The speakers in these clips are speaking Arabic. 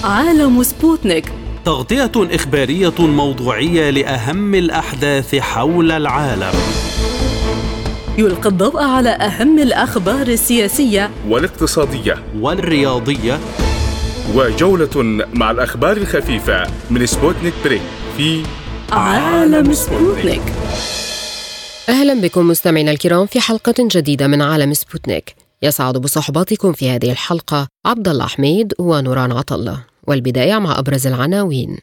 عالم سبوتنيك، تغطية إخبارية موضوعية لأهم الأحداث حول العالم. يلقي الضوء على أهم الأخبار السياسية والاقتصادية والرياضية، وجولة مع الأخبار الخفيفة من سبوتنيك بريك في عالم سبوتنيك. أهلا بكم مستمعينا الكرام في حلقة جديدة من عالم سبوتنيك. يسعد بصحبتكم في هذه الحلقة عبد الله حميد ونوران عطلة، والبداية مع أبرز العناوين.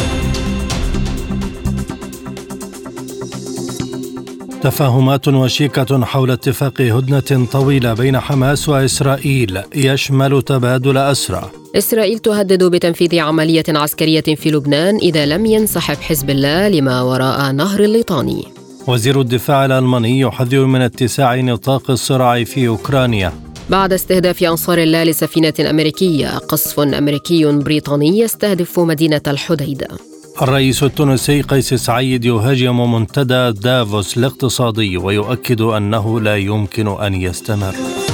تفاهمات وشيكة حول اتفاق هدنة طويلة بين حماس وإسرائيل يشمل تبادل أسرى. إسرائيل تهدد بتنفيذ عملية عسكرية في لبنان إذا لم ينسحب حزب الله لما وراء نهر الليطاني. وزير الدفاع الألماني يحذر من اتساع نطاق الصراع في أوكرانيا. بعد استهداف أنصار الله لسفينة أمريكية، قصف أمريكي بريطاني يستهدف مدينة الحديدة. الرئيس التونسي قيس سعيد يهاجم منتدى دافوس الاقتصادي ويؤكد أنه لا يمكن أن يستمر.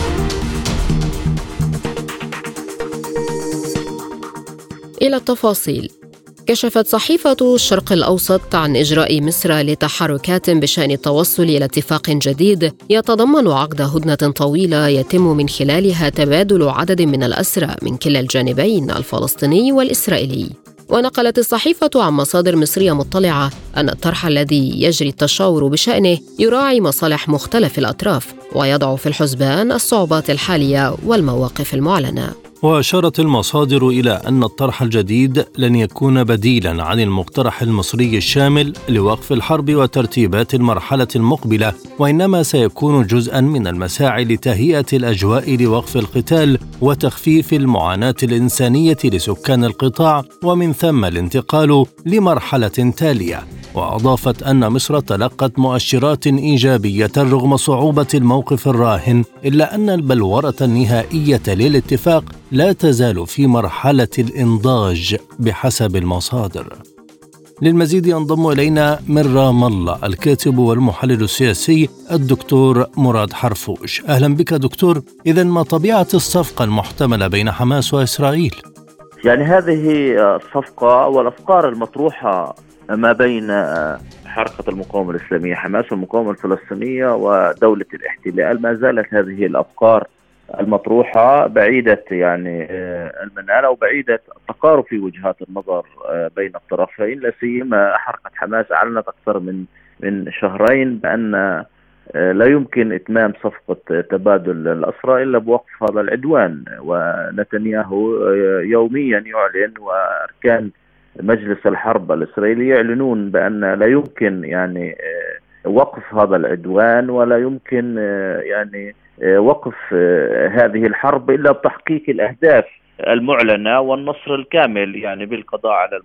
إلى التفاصيل. كشفت صحيفة الشرق الأوسط عن إجراء مصر لتحركات بشأن التوصل إلى اتفاق جديد يتضمن عقد هدنة طويلة يتم من خلالها تبادل عدد من الأسرى من كلا الجانبين الفلسطيني والإسرائيلي. ونقلت الصحيفة عن مصادر مصرية مطلعة أن الطرح الذي يجري التشاور بشأنه يراعي مصالح مختلف الأطراف ويضع في الحسبان الصعوبات الحالية والمواقف المعلنة. وأشارت المصادر إلى أن الطرح الجديد لن يكون بديلاً عن المقترح المصري الشامل لوقف الحرب وترتيبات المرحلة المقبلة، وإنما سيكون جزءاً من المساعي لتهيئة الأجواء لوقف القتال وتخفيف المعاناة الإنسانية لسكان القطاع، ومن ثم الانتقال لمرحلة تالية. وأضافت أن مصر تلقت مؤشرات إيجابية رغم صعوبة الموقف الراهن، إلا أن البلورة النهائية للاتفاق لا تزال في مرحلة الإنضاج بحسب المصادر. للمزيد ينضم إلينا من رام الله الكاتب والمحلل السياسي الدكتور مراد حرفوش. أهلا بك دكتور. إذن ما طبيعة الصفقة المحتملة بين حماس وإسرائيل؟ يعني هذه الصفقة والأفكار المطروحة ما بين حركة المقاومة الإسلامية حماس والمقاومة الفلسطينية ودولة الاحتلال، ما زالت هذه الأفكار المطروحة بعيدة يعني المنال وبعيدة التقارب في وجهات النظر بين الطرفين. لا سيما حركة حماس أعلنت أكثر من شهرين بأن لا يمكن إتمام صفقة تبادل الأسرى إلا بوقف هذا العدوان، ونتنياهو يوميا يعلن وأركان مجلس الحرب الإسرائيلي يعلنون بأن لا يمكن يعني وقف هذا العدوان ولا يمكن يعني وقف هذه الحرب إلا بتحقيق الأهداف المعلنة والنصر الكامل يعني بالقضاء على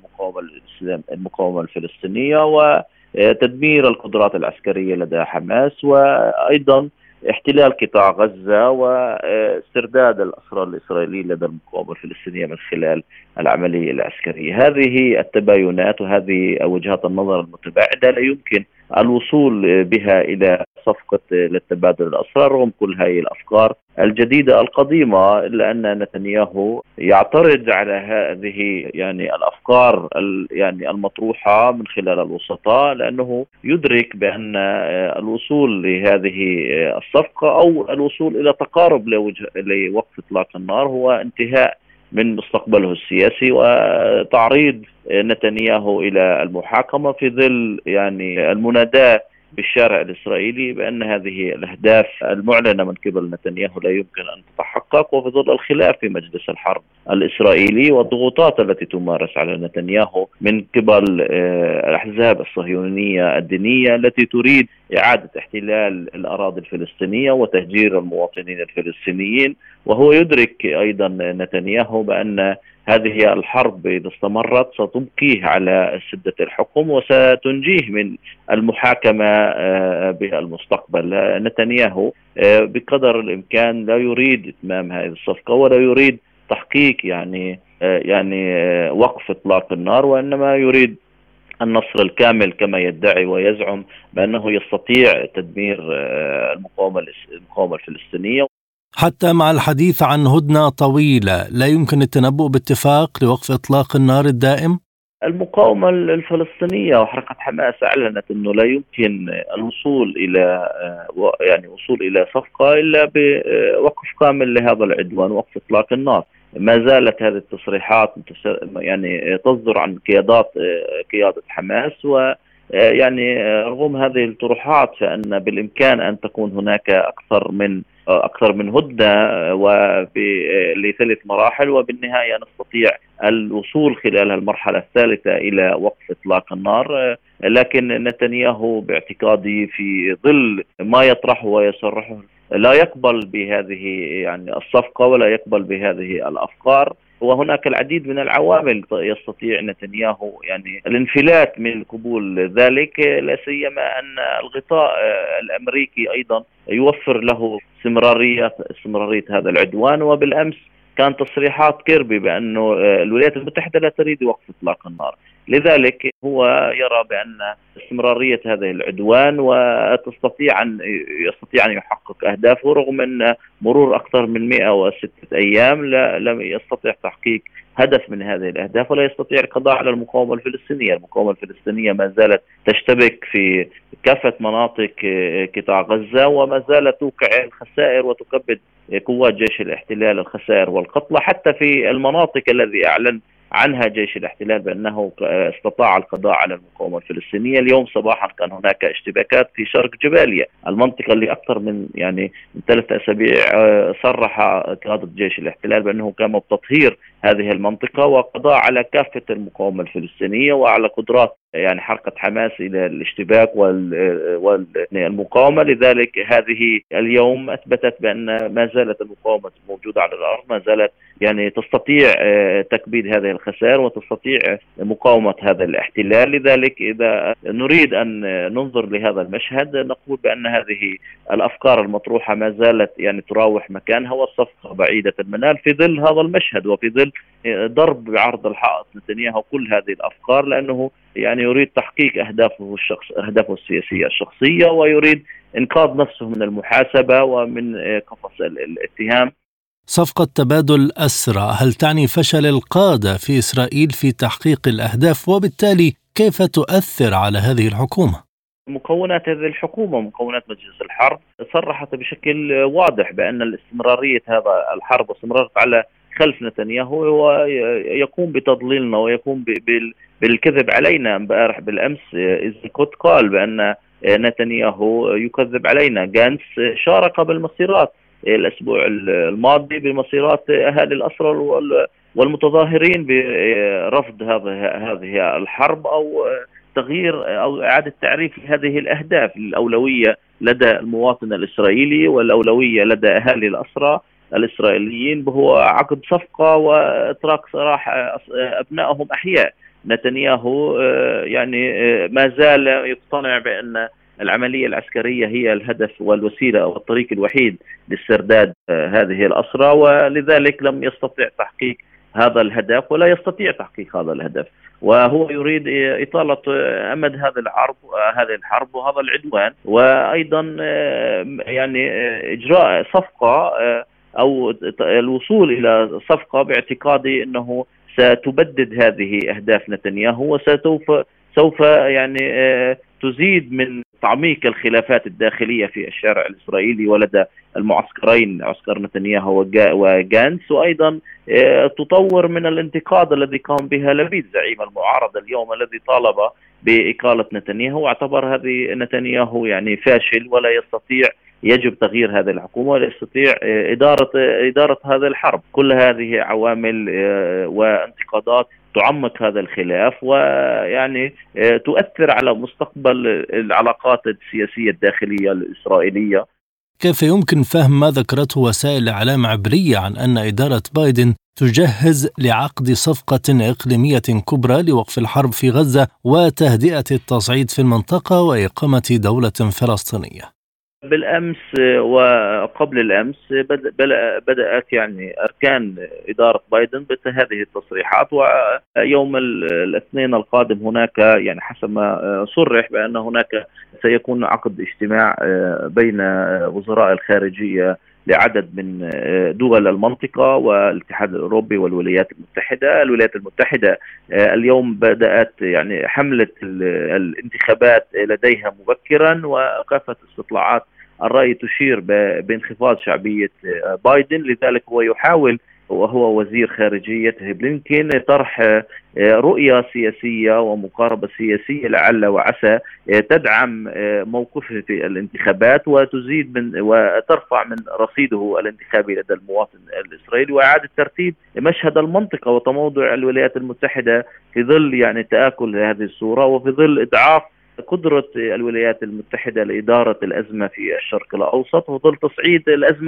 المقاومة الفلسطينية وتدمير القدرات العسكرية لدى حماس، وأيضا احتلال قطاع غزة واسترداد الأسرى الإسرائيلي لدى المقاومة الفلسطينية من خلال العملية العسكرية. هذه التباينات وهذه وجهات النظر المتباعدة لا يمكن الوصول بها إلى صفقة للتبادل الأسرى رغم كل هذه الأفكار الجديدة القديمة، إلا أن نتنياهو يعترض على هذه يعني الأفكار يعني المطروحة من خلال الوسطاء، لأنه يدرك بأن الوصول لهذه الصفقة أو الوصول إلى تقارب لوقف إطلاق النار هو انتهاء من مستقبله السياسي وتعريض نتنياهو إلى المحاكمة في ظل يعني المناداة بالشارع الإسرائيلي بأن هذه الأهداف المعلنة من قبل نتنياهو لا يمكن أن تتحقق، وفي ظل الخلاف في مجلس الحرب الإسرائيلي والضغوطات التي تمارس على نتنياهو من قبل الأحزاب الصهيونية الدينية التي تريد إعادة احتلال الأراضي الفلسطينية وتهجير المواطنين الفلسطينيين. وهو يدرك أيضا نتنياهو بأن هذه الحرب إذا استمرت ستبقيه على سدة الحكم وستنجيه من المحاكمة بالمستقبل. نتنياهو بقدر الإمكان لا يريد إتمام هذه الصفقة ولا يريد تحقيق يعني وقف إطلاق النار، وإنما يريد النصر الكامل كما يدعي ويزعم بأنه يستطيع تدمير المقاومة الفلسطينية. حتى مع الحديث عن هدنة طويلة لا يمكن التنبؤ باتفاق لوقف إطلاق النار الدائم؟ المقاومة الفلسطينية وحركة حماس أعلنت أنه لا يمكن الوصول إلى وصول إلى صفقة إلا بوقف كامل لهذا العدوان، وقف إطلاق النار. ما زالت هذه التصريحات تصدر عن قيادة حماس، و رغم هذه الطروحات فإن بالإمكان أن تكون هناك أكثر من هدنة لثلاث مراحل، وبالنهاية نستطيع الوصول خلال المرحلة الثالثة إلى وقف إطلاق النار. لكن نتنياهو باعتقادي في ظل ما يطرحه ويصرحه لا يقبل بهذه الصفقة ولا يقبل بهذه الأفكار، وهناك العديد من العوامل يستطيع نتنياهو الانفلات من قبول ذلك، لا سيما أن الغطاء الأمريكي أيضا يوفر له استمرارية هذا العدوان. وبالأمس كان تصريحات كيربي بأنه الولايات المتحدة لا تريد وقف إطلاق النار، لذلك هو يرى بأن استمرارية هذا العدوان يستطيع أن يحقق أهدافه رغم أن مرور أكثر من 106 أيام لم يستطيع تحقيق هدف من هذه الأهداف، ولا يستطيع القضاء على المقاومة الفلسطينية. المقاومة الفلسطينية ما زالت تشتبك في كافة مناطق قطاع غزة، وما زالت توقع الخسائر وتكبد قوات جيش الاحتلال الخسائر والقتلى حتى في المناطق الذي أعلن عنها جيش الاحتلال بأنه استطاع القضاء على المقاومة الفلسطينية. اليوم صباحا كان هناك اشتباكات في شرق جباليا، المنطقة اللي أكثر من 3 أسابيع صرح قيادة جيش الاحتلال بأنه قام بتطهير هذه المنطقة وقضاء على كافة المقاومة الفلسطينية وعلى قدرات حركة حماس إلى الاشتباك والمقاومة. لذلك هذه اليوم أثبتت بأن ما زالت المقاومة موجودة على الأرض، ما زالت تستطيع تكبيد هذه الخسائر وتستطيع مقاومة هذا الاحتلال. لذلك إذا نريد أن ننظر لهذا المشهد نقول بأن هذه الأفكار المطروحة ما زالت تراوح مكانها، والصفقة بعيدة المنال في ظل هذا المشهد وفي ظل ضرب بعرض الحائط نتنياهو كل هذه الأفكار، لأنه يريد تحقيق أهدافه السياسية الشخصية، ويريد إنقاذ نفسه من المحاسبة ومن قفص الاتهام. صفقة تبادل أسرى هل تعني فشل القادة في إسرائيل في تحقيق الأهداف، وبالتالي كيف تؤثر على هذه الحكومة؟ مكونات هذه الحكومة مكونات مجلس الحرب صرحت بشكل واضح بأن الاستمرارية هذا الحرب واستمرارت على خلف نتنياهو هو يقوم بتضليلنا ويقوم بالكذب علينا. امبارح بالأمس إيزنكوت قال بأن نتنياهو يكذب علينا. غانس شارك بالمسيرات الأسبوع الماضي بمسيرات أهالي الأسرى والمتظاهرين برفض هذه الحرب أو تغيير أو إعادة تعريف هذه الأهداف. الأولوية لدى المواطن الإسرائيلي والأولوية لدى أهالي الأسرى الإسرائيليين هو عقد صفقة وإتراك سراح أبنائهم أحياء. نتنياهو ما زال يقتنع بأن العملية العسكرية هي الهدف والوسيلة والطريق الوحيد لاسترداد هذه الأسرى، ولذلك لم يستطع تحقيق هذا الهدف ولا يستطيع تحقيق هذا الهدف، وهو يريد إطالة أمد هذه الحرب وهذا العدوان، وأيضا إجراء صفقة أو الوصول إلى صفقة باعتقادي أنه ستبدد هذه أهداف نتنياهو وسوف تزيد من تعميق الخلافات الداخلية في الشارع الإسرائيلي ولدى المعسكرين عسكر نتنياهو وغانس، وأيضا تطور من الانتقاد الذي قام بها لبيد زعيم المعارضة اليوم الذي طالب بإقالة نتنياهو واعتبر هذه نتنياهو فاشل ولا يستطيع يجب تغيير هذه الحكومة ولا يستطيع إدارة هذه الحرب. كل هذه عوامل وانتقادات تعمق هذا الخلاف تؤثر على مستقبل العلاقات السياسية الداخلية الإسرائيلية. كيف يمكن فهم ما ذكرته وسائل الإعلام عبرية عن أن إدارة بايدن تجهز لعقد صفقة إقليمية كبرى لوقف الحرب في غزة وتهدئة التصعيد في المنطقة وإقامة دولة فلسطينية؟ بالأمس وقبل الأمس بدأت أركان إدارة بايدن بهذه التصريحات، ويوم الاثنين القادم هناك حسب ما صرح بأن هناك سيكون عقد اجتماع بين وزراء الخارجية لعدد من دول المنطقة والاتحاد الأوروبي والولايات المتحدة. الولايات المتحدة اليوم بدأت يعني حملة الانتخابات لديها مبكرا، وكافة استطلاعات الرأي تشير بانخفاض شعبية بايدن. لذلك هو يحاول وهو وزير خارجيته بلينكين طرح رؤية سياسية ومقاربة سياسية لعل وعسى تدعم موقفه في الانتخابات وتزيد من وترفع من رصيده الانتخابي لدى المواطن الإسرائيلي، وإعادة ترتيب مشهد المنطقة وتموضع الولايات المتحدة في ظل يعني تآكل هذه الصورة، وفي ظل إضعاف قدرة الولايات المتحدة لإدارة الأزمة في الشرق الأوسط، وظل تصعيد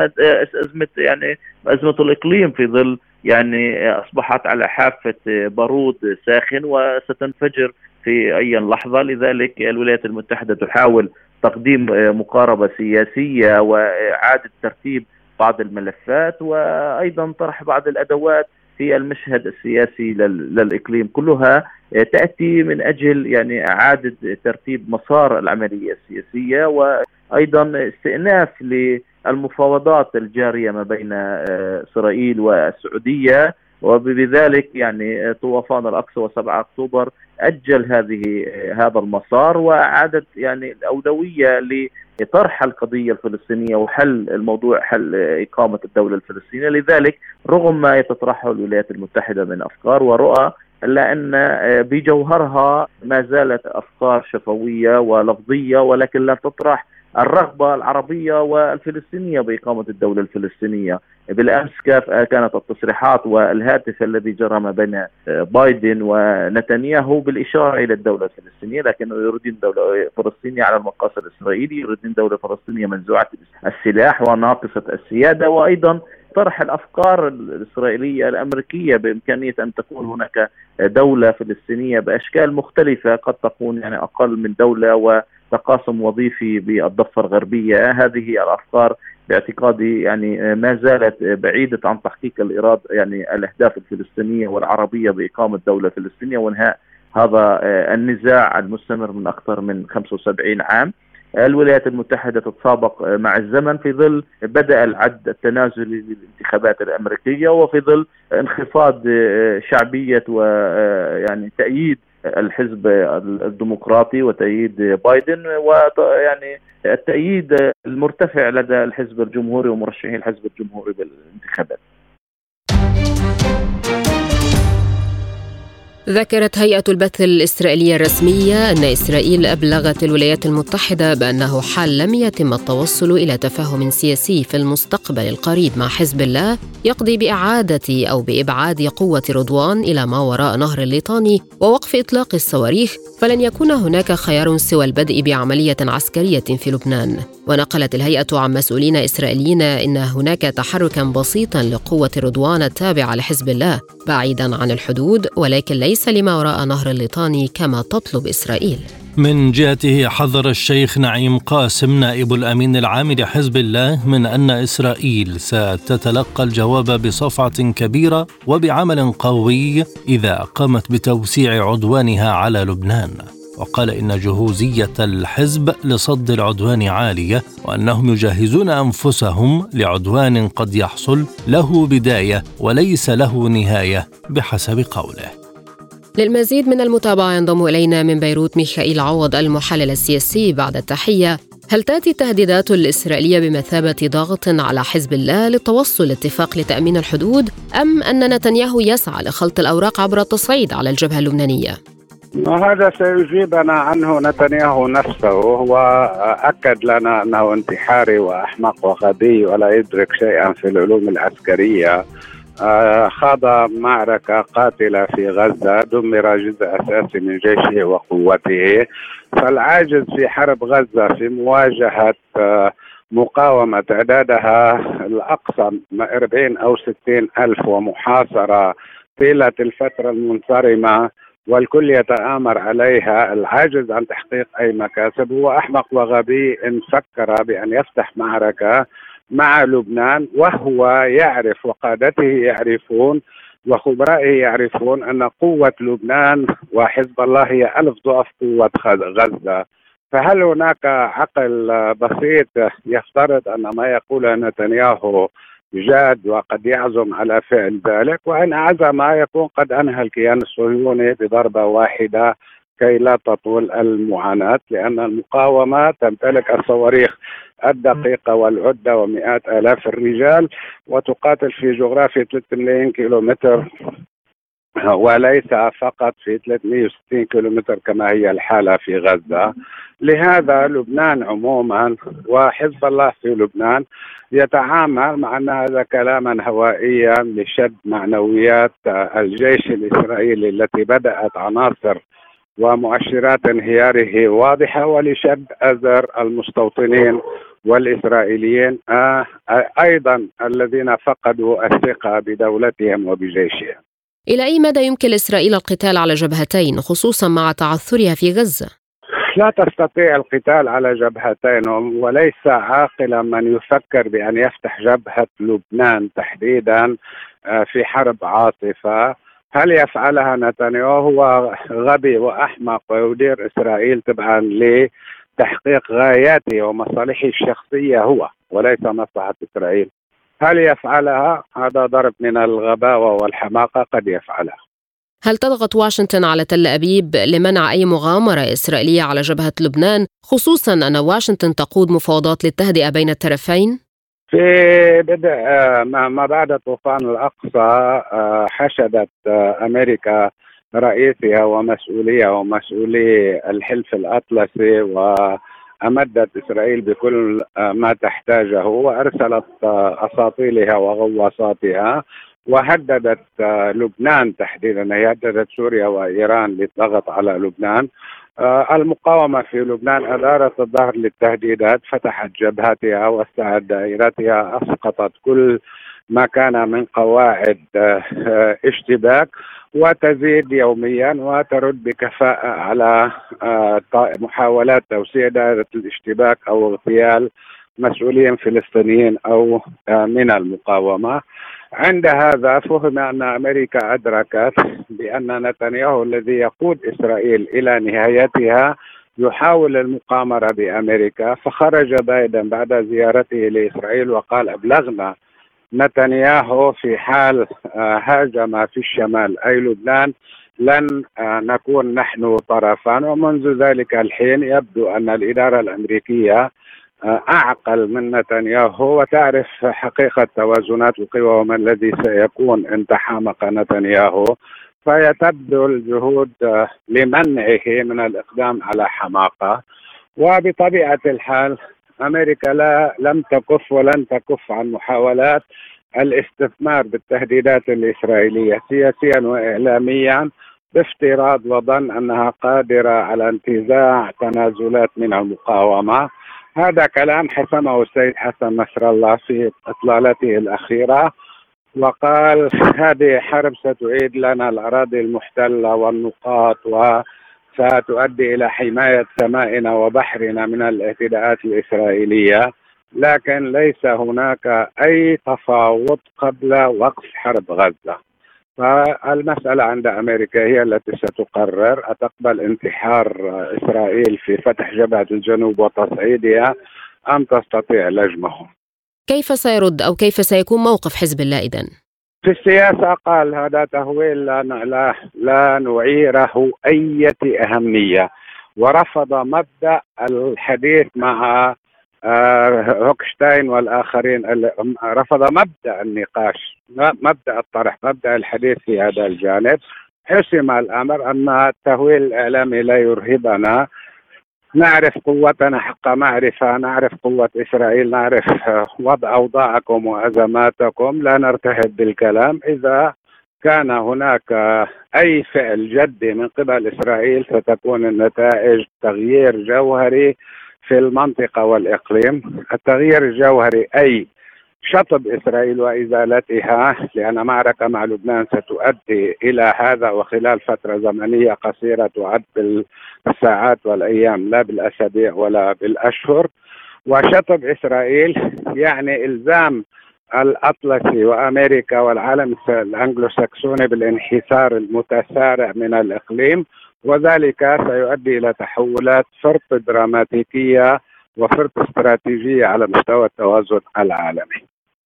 أزمة الإقليم في ظل يعني أصبحت على حافة بارود ساخن وستنفجر في أي لحظة. لذلك الولايات المتحدة تحاول تقديم مقاربة سياسية وإعادة ترتيب بعض الملفات، وأيضا طرح بعض الأدوات في المشهد السياسي للإقليم، كلها تأتي من أجل يعني إعادة ترتيب مسار العملية السياسية، وأيضا استئناف للمفاوضات الجارية ما بين إسرائيل والسعودية. وبذلك يعني طوفان الأقصى و7 أكتوبر أجل هذا المسار، وأعادت يعني الأولوية لطرح القضية الفلسطينية وحل الموضوع، حل إقامة الدولة الفلسطينية. لذلك رغم ما يتطرحه الولايات المتحدة من أفكار ورؤى، إلا أن بجوهرها ما زالت أفكار شفوية ولفظية، ولكن لا تطرح الرغبة العربية والفلسطينية بإقامة الدولة الفلسطينية. بالأمس كانت التصريحات والهاتف الذي جرى ما بين بايدن ونتنياهو بالإشارة إلى الدولة الفلسطينية، لكنه يريدون دولة فلسطينية على المقاس الإسرائيلي، يريدون دولة فلسطينية منزوعة السلاح وناقصة السيادة، وأيضا طرح الأفكار الإسرائيلية الأمريكية بإمكانية أن تكون هناك دولة فلسطينية بأشكال مختلفة، قد تكون يعني أقل من دولة وتقاسم وظيفي بالضفة الغربية. هذه الأفكار باعتقادي يعني ما زالت بعيدة عن تحقيق الإرادة يعني الأهداف الفلسطينية والعربية بإقامة دولة فلسطينية وإنهاء هذا النزاع المستمر من أكثر من 75 عام. الولايات المتحدة تتسابق مع الزمن في ظل بدأ العد التنازلي للانتخابات الأمريكية، وفي ظل انخفاض شعبية ويعني تأييد الحزب الديمقراطي وتأييد بايدن، ويعني التأييد المرتفع لدى الحزب الجمهوري ومرشحي الحزب الجمهوري بالانتخابات. ذكرت هيئة البث الإسرائيلية الرسمية أن إسرائيل أبلغت الولايات المتحدة بأنه حال لم يتم التوصل إلى تفاهم سياسي في المستقبل القريب مع حزب الله يقضي بإعادة أو بإبعاد قوة رضوان إلى ما وراء نهر الليطاني ووقف إطلاق الصواريخ، فلن يكون هناك خيار سوى البدء بعملية عسكرية في لبنان. ونقلت الهيئة عن مسؤولين إسرائيليين إن هناك تحركا بسيطا لقوة رضوان التابعة لحزب الله بعيدا عن الحدود، ولكن ليس لما وراء نهر الليطاني كما تطلب إسرائيل. من جهته حذر الشيخ نعيم قاسم نائب الأمين العام لحزب الله من أن إسرائيل ستتلقى الجواب بصفعة كبيرة وبعمل قوي إذا قامت بتوسيع عدوانها على لبنان. وقال إن جهوزية الحزب لصد العدوان عالية، وأنهم يجهزون أنفسهم لعدوان قد يحصل له بداية وليس له نهاية بحسب قوله. للمزيد من المتابعة ينضم إلينا من بيروت ميخائيل عوض المحلل السياسي. بعد التحية، هل تأتي التهديدات الإسرائيلية بمثابة ضغط على حزب الله للتوصل لاتفاق لتأمين الحدود، أم أن نتنياهو يسعى لخلط الأوراق عبر التصعيد على الجبهة اللبنانية؟ هذا سيجيبنا عنه نتنياهو نفسه، وهو أكد لنا أنه انتحاري وأحمق وغبي ولا يدرك شيئا في العلوم العسكرية. خاض معركة قاتلة في غزة، دمر جزء أساسي من جيشه وقوته، فالعاجز في حرب غزة في مواجهة مقاومة تعدادها الأقصى 40 أو 60 ألف ومحاصرة طيلة الفترة المنصرمة والكل يتآمر عليها، العاجز عن تحقيق أي مكاسب، هو أحمق وغبي إن فكر بأن يفتح معركة مع لبنان، وهو يعرف وقادته يعرفون وخبرائه يعرفون أن قوة لبنان وحزب الله هي 1000 ضعف قوة غزة. فهل هناك عقل بسيط يفترض أن ما يقوله نتنياهو جاد وقد يعزم على فعل ذلك؟ وإن عزم يكون قد أنهى الكيان الصهيوني بضربة واحدة كي لا تطول المعاناة، لأن المقاومة تمتلك الصواريخ الدقيقة والعدة ومئات آلاف الرجال، وتقاتل في جغرافيا 3 ملايين كيلومتر وليس فقط في 360 كيلومتر كما هي الحالة في غزة. لهذا لبنان عموما وحزب الله في لبنان يتعامل مع أن هذا كلاما هوائيا لشد معنويات الجيش الإسرائيلي التي بدأت عناصر ومؤشرات انهياره واضحة، ولشد أزر المستوطنين والإسرائيليين أيضا الذين فقدوا الثقة بدولتهم وبجيشهم. إلى أي مدى يمكن لإسرائيل القتال على جبهتين خصوصا مع تعثرها في غزة؟ لا تستطيع القتال على جبهتين، وليس عاقلا من يفكر بأن يفتح جبهة لبنان تحديدا في حرب عاصفة. هل يفعلها نتنياهو؟ هو غبي وأحمق ويدير إسرائيل تبعا لتحقيق غاياته ومصالحه الشخصية هو وليس مصلحة إسرائيل. هل يفعلها؟ هذا ضرب من الغباوة والحماقة، قد يفعلها. هل تضغط واشنطن على تل أبيب لمنع أي مغامرة إسرائيلية على جبهة لبنان، خصوصا أن واشنطن تقود مفاوضات للتهدئة بين الطرفين؟ في بدء ما بعد طوفان الأقصى حشدت أمريكا رئيسها ومسؤولي الحلف الأطلسي وأمدت إسرائيل بكل ما تحتاجه، وأرسلت أساطيلها وغواصاتها، وهددت لبنان تحديدا، هي هددت سوريا وإيران للضغط على لبنان. المقاومة في لبنان أدارت الظهر للتهديدات، فتحت جبهاتها وسعت دائرتها، أسقطت كل ما كان من قواعد اشتباك، وتزيد يوميا وترد بكفاءة على محاولات توسيع دائرة الاشتباك أو اغتيال مسؤولين فلسطينيين أو من المقاومة. عند هذا فهم أن أمريكا أدركت بأن نتنياهو الذي يقود إسرائيل إلى نهايتها يحاول المقامرة بأمريكا، فخرج بايدن بعد زيارته لإسرائيل وقال أبلغنا نتنياهو في حال هاجم في الشمال أي لبنان لن نكون نحن طرفا. ومنذ ذلك الحين يبدو أن الإدارة الأمريكية أعقل من نتنياهو وتعرف حقيقة توازنات القوى وما الذي سيكون إن تحامق نتنياهو، فيتبذل الجهود لمنعه من الإقدام على حماقة. وبطبيعة الحال أمريكا لم تكف ولن تكف عن محاولات الاستثمار بالتهديدات الإسرائيلية سياسيا وإعلاميا، بافتراض وظن أنها قادرة على انتزاع تنازلات من المقاومة. هذا كلام حسمه السيد حسن نصر الله في إطلالته الأخيرة، وقال هذه حرب ستعيد لنا الأراضي المحتلة والنقاط وستؤدي إلى حماية سمائنا وبحرنا من الاعتداءات الإسرائيلية، لكن ليس هناك أي تفاوض قبل وقف حرب غزة. فالمسألة عند أمريكا هي التي ستقرر أتقبل انتحار إسرائيل في فتح جبهة الجنوب وتصعيدها أم تستطيع لجمه. كيف سيرد أو كيف سيكون موقف حزب الله إذن؟ في السياسة قال هذا تهويل لا نعيره أي أهمية، ورفض مبدأ الحديث مع هوكشتاين والآخرين، رفض مبدأ النقاش، مبدأ الطرح، مبدأ الحديث في هذا الجانب. حسم الأمر أن التهويل الإعلامي لا يرهبنا، نعرف قوتنا حق معرفة، نعرف قوة إسرائيل، نعرف وضع أوضاعكم وأزماتكم، لا نرتهب بالكلام. إذا كان هناك أي فعل جدي من قبل إسرائيل ستكون النتائج تغيير جوهري في المنطقة والإقليم. التغيير الجوهري أي شطب إسرائيل وإزالتها، لأن معركة مع لبنان ستؤدي إلى هذا وخلال فترة زمنية قصيرة تعد بالساعات والأيام لا بالأسابيع ولا بالأشهر. وشطب إسرائيل يعني إلزام الأطلسي وأمريكا والعالم الأنجلو ساكسوني بالانحسار المتسارع من الإقليم وذلك سيؤدي إلى تحولات فرط دراماتيكية وفرط استراتيجية على مستوى التوازن العالمي.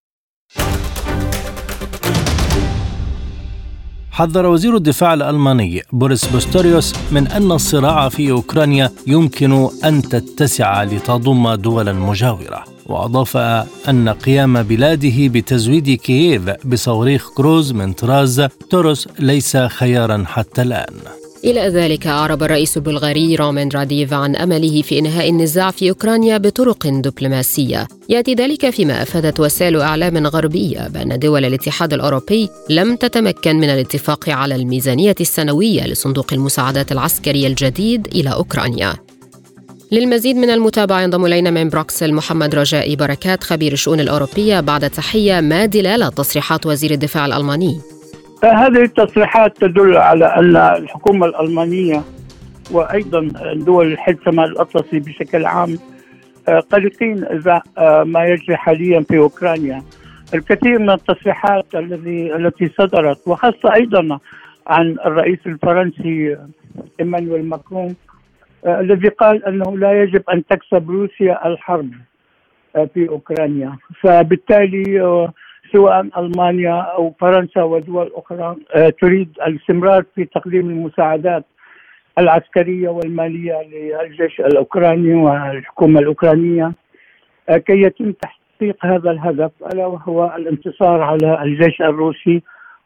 حذر وزير الدفاع الألماني بوريس بوستوريوس من أن الصراع في أوكرانيا يمكن أن تتسع لتضم دولا مجاورة، وأضاف أن قيام بلاده بتزويد كييف بصواريخ كروز من طراز توروس ليس خيارا حتى الآن. إلى ذلك أعرب الرئيس البلغاري رومان راديف عن أمله في إنهاء النزاع في أوكرانيا بطرق دبلوماسية. يأتي ذلك فيما أفادت وسائل إعلام غربية بأن دول الاتحاد الأوروبي لم تتمكن من الاتفاق على الميزانية السنوية لصندوق المساعدات العسكرية الجديد إلى أوكرانيا. للمزيد من المتابعة ينضم إلينا من بروكسل محمد رجائي بركات خبير الشؤون الأوروبية. بعد تحية، ما دلالة تصريحات وزير الدفاع الألماني؟ هذه التصريحات تدل على أن الحكومة الألمانية وأيضا دول الحلف الشمال الأطلسي بشكل عام قلقين إذا ما يجري حاليا في أوكرانيا. الكثير من التصريحات التي صدرت، وخاصة أيضا عن الرئيس الفرنسي إيمانويل ماكرون الذي قال أنه لا يجب أن تكسب روسيا الحرب في أوكرانيا، فبالتالي سواء ألمانيا أو فرنسا ودول أخرى تريد الاستمرار في تقديم المساعدات العسكرية والمالية للجيش الأوكراني والحكومة الأوكرانية كي يتم تحقيق هذا الهدف، ألا وهو الانتصار على الجيش الروسي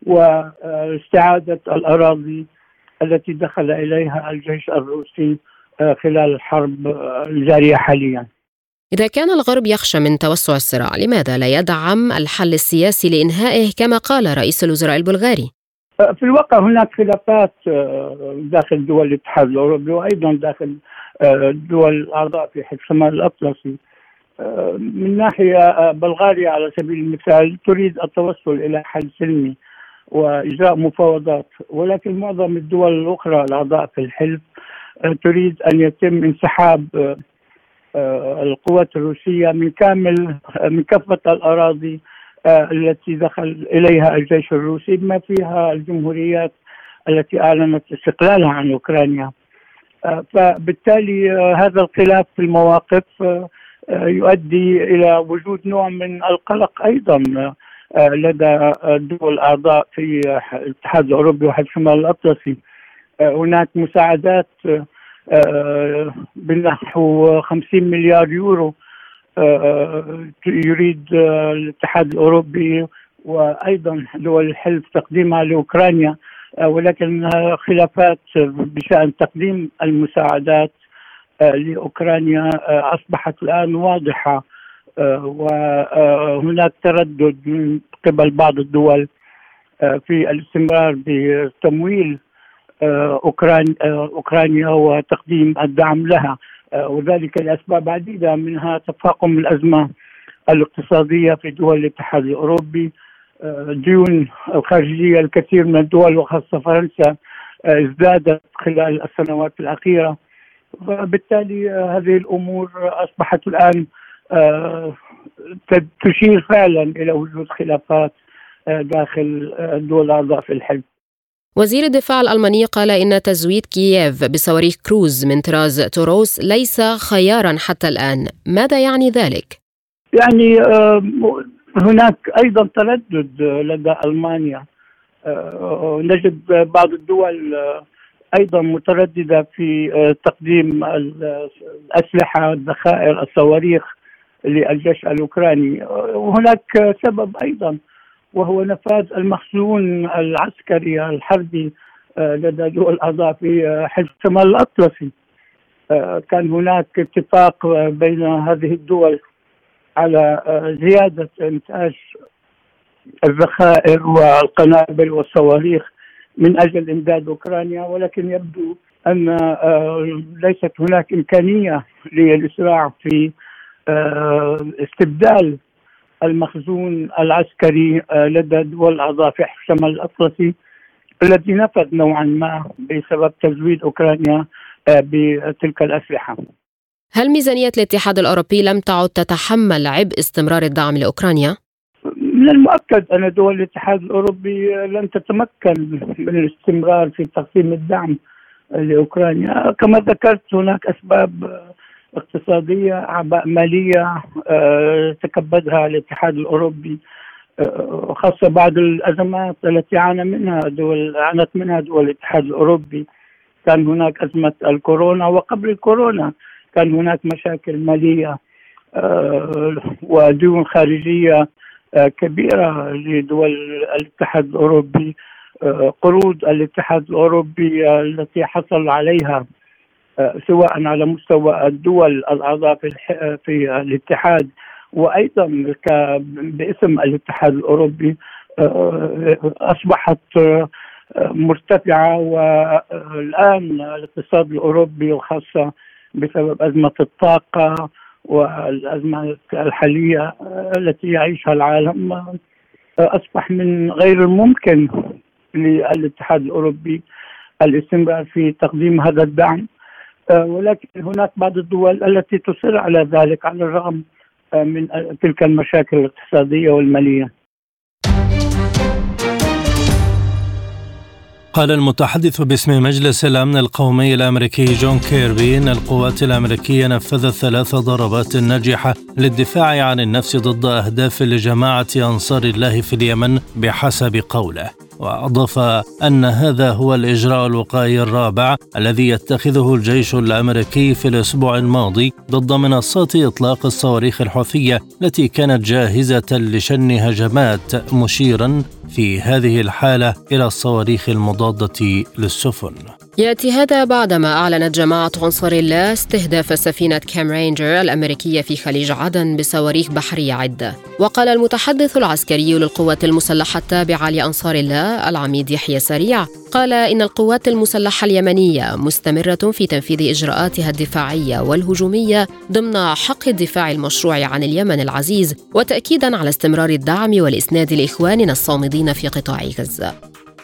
واستعادة الأراضي التي دخل إليها الجيش الروسي خلال الحرب الجارية حاليا. إذا كان الغرب يخشى من توسع الصراع، لماذا لا يدعم الحل السياسي لإنهائه كما قال رئيس الوزراء البلغاري؟ في الواقع هناك خلافات داخل دول الاتحاد الأوروبي وأيضا داخل دول الأعضاء في حلف شمال الأطلسي. من ناحية بلغاريا على سبيل المثال تريد التوصل إلى حل سلمي وإجراء مفاوضات، ولكن معظم الدول الأخرى الأعضاء في الحلف تريد أن يتم انسحاب القوات الروسية من كافة الأراضي التي دخل إليها الجيش الروسي بما فيها الجمهوريات التي أعلنت استقلالها عن أوكرانيا. فبالتالي هذا الخلاف في المواقف يؤدي إلى وجود نوع من القلق أيضا لدى الدول الأعضاء في الاتحاد الأوروبي وحلف شمال الأطلسي. هناك مساعدات بنحو 50 مليار يورو يريد الاتحاد الأوروبي وأيضا دول الحلف تقديمها لأوكرانيا، ولكن خلافات بشأن تقديم المساعدات لأوكرانيا أصبحت الآن واضحة، وهناك تردد من قبل بعض الدول في الاستمرار بتمويل أوكرانيا وتقديم الدعم لها، وذلك لأسباب عديدة منها تفاقم الأزمة الاقتصادية في دول الاتحاد الأوروبي، ديون الخارجية الكثير من الدول وخاصة فرنسا ازدادت خلال السنوات الأخيرة، وبالتالي هذه الأمور أصبحت الآن تشير فعلا إلى وجود خلافات داخل الدول الأعضاء في الحلف. وزير الدفاع الألماني قال إن تزويد كييف بصواريخ كروز من طراز توروس ليس خيارا حتى الآن. ماذا يعني ذلك؟ يعني هناك أيضا تردد لدى ألمانيا، نجد بعض الدول أيضا مترددة في تقديم الأسلحة، الذخائر، الصواريخ للجيش الأوكراني. وهناك سبب أيضا وهو نفاذ المخزون العسكري الحربي لدى دول الأعضاء في حلف شمال الأطلسي. كان هناك اتفاق بين هذه الدول على زيادة إنتاج الذخائر والقنابل والصواريخ من أجل إمداد أوكرانيا، ولكن يبدو أن ليست هناك إمكانية للإسراع في استبدال المخزون العسكري لدى دول الأعضاء في شمال الأطلسي الذي نفذ نوعا ما بسبب تزويد أوكرانيا بتلك الأسلحة. هل ميزانية الاتحاد الأوروبي لم تعد تتحمل عبء استمرار الدعم لأوكرانيا؟ من المؤكد أن دول الاتحاد الأوروبي لن تتمكن من الاستمرار في تقديم الدعم لأوكرانيا. كما ذكرت هناك أسباب اقتصادية، أعباء مالية تكبدها الاتحاد الأوروبي، خاصة بعد الأزمات التي عانت منها دول الاتحاد الأوروبي. كان هناك أزمة الكورونا، وقبل الكورونا كان هناك مشاكل مالية وديون خارجية كبيرة لدول الاتحاد الأوروبي. قروض الاتحاد الأوروبي التي حصل عليها سواء على مستوى الدول الأعضاء في الاتحاد وأيضا باسم الاتحاد الأوروبي أصبحت مرتفعة. والآن الاقتصاد الأوروبي وخاصة بسبب أزمة الطاقة والأزمة الحالية التي يعيشها العالم أصبح من غير الممكن للاتحاد الأوروبي الاستمرار في تقديم هذا الدعم، ولكن هناك بعض الدول التي تصر على ذلك على الرغم من تلك المشاكل الاقتصادية والمالية. قال المتحدث باسم مجلس الأمن القومي الأمريكي جون كيربي إن القوات الأمريكية نفذت 3 ضربات ناجحة للدفاع عن النفس ضد أهداف لجماعة أنصار الله في اليمن بحسب قوله، وأضاف أن هذا هو الإجراء الوقائي الرابع الذي يتخذه الجيش الأمريكي في الأسبوع الماضي ضد منصات إطلاق الصواريخ الحوثية التي كانت جاهزة لشن هجمات، مشيرا في هذه الحالة إلى الصواريخ المضادة للسفن. يأتي هذا بعدما أعلنت جماعة أنصار الله استهداف سفينة كام رينجر الأمريكية في خليج عدن بصواريخ بحرية عدة. وقال المتحدث العسكري للقوات المسلحة التابعة لأنصار الله العميد يحيى سريع قال إن القوات المسلحة اليمنية مستمرة في تنفيذ إجراءاتها الدفاعية والهجومية ضمن حق الدفاع المشروع عن اليمن العزيز، وتأكيدا على استمرار الدعم والإسناد لإخواننا الصامدين في قطاع غزة.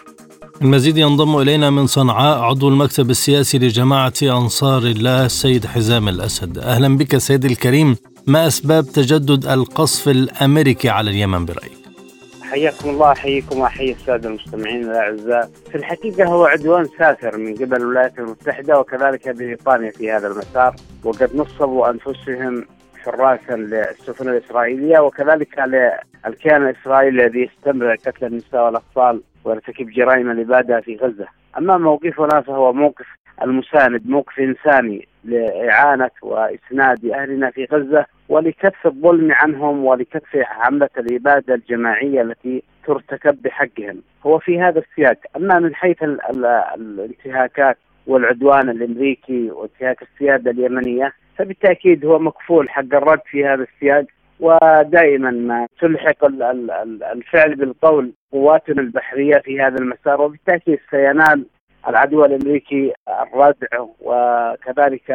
المزيد ينضم إلينا من صنعاء عضو المكتب السياسي لجماعة أنصار الله السيد حزام الأسد. أهلا بك سيد الكريم. ما أسباب تجدد القصف الأمريكي على اليمن برأيك؟ حياكم الله، أحييكم وأحيي السادة المستمعين الأعزاء. في الحقيقة هو عدوان سافر من قبل الولايات المتحدة وكذلك بريطانيا في هذا المسار، وقد نصبوا أنفسهم حراسا للسفن الإسرائيلية وكذلك للكيان الإسرائيلي الذي يستمر قتل النساء والأطفال ويرتكب جرائم الإبادة في غزة. أما موقفنا فهو موقف المساند، موقف إنساني لإعانة وإسناد أهلنا في غزة ولكف الظلم عنهم ولكف حملة الإبادة الجماعية التي ترتكب بحقهم. هو في هذا السياق. أما من حيث الانتهاكات والعدوان الأمريكي وانتهاك السيادة اليمنية فبالتأكيد هو مكفول حق الرد في هذا السياق، ودائما ما تلحق الفعل بالقول قواتنا البحرية في هذا المسار، وبالتأكيد سينال العدو الأمريكي الردع وكذلك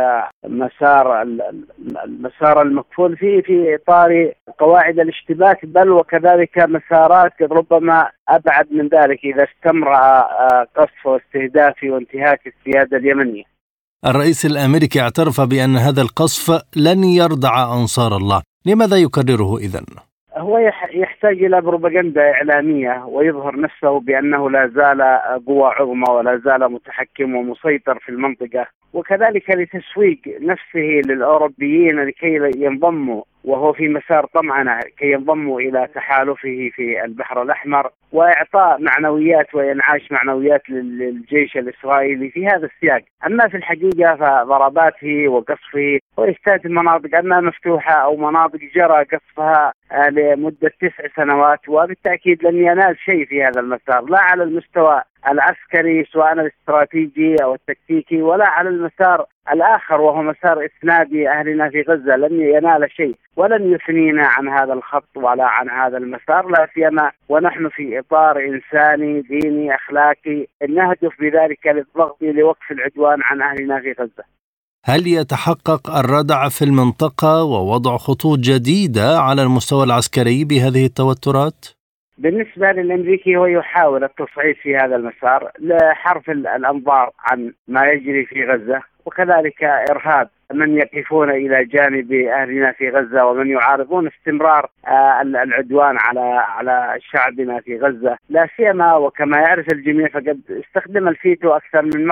المسار المكفول في إطار قواعد الاشتباك، بل وكذلك مسارات ربما أبعد من ذلك إذا استمر قصف واستهداف وانتهاك السيادة اليمنية. الرئيس الأمريكي اعترف بأن هذا القصف لن يردع أنصار الله، لماذا يكرره إذن؟ هو يحتاج إلى بروباغندا إعلامية ويظهر نفسه بأنه لا زال قوة عظمى ولا زال متحكم ومسيطر في المنطقة، وكذلك لتسويق نفسه للأوروبيين لكي ينضموا وهو في مسار طمأنة كي ينضموا إلى تحالفه في البحر الأحمر، وإعطاء معنويات وإنعاش معنويات للجيش الإسرائيلي في هذا السياق. أما في الحقيقة فضرباته وقصفه وإفتات المناطق أما مفتوحة أو مناطق جرى قصفها لمدة 9 سنوات، وبالتأكيد لن ينال شيء في هذا المسار، لا على المستوى العسكري سواء الاستراتيجي أو التكتيكي ولا على المسار الآخر وهو مسار إسناد أهلنا في غزة. لن ينال شيء ولن يثنينا عن هذا الخط ولا عن هذا المسار، لا سيما ونحن في إطار إنساني ديني أخلاقي نهدف بذلك للضغط لوقف العدوان عن أهلنا في غزة. هل يتحقق الردع في المنطقة ووضع خطوط جديدة على المستوى العسكري بهذه التوترات؟ بالنسبة للأمريكي هو يحاول التصعيد في هذا المسار لحرف الأنظار عن ما يجري في غزة، وكذلك إرهاب من يقفون إلى جانب أهلنا في غزة ومن يعارضون استمرار العدوان على شعبنا في غزة، لا سيما وكما يعرف الجميع فقد استخدم الفيتو أكثر من مرة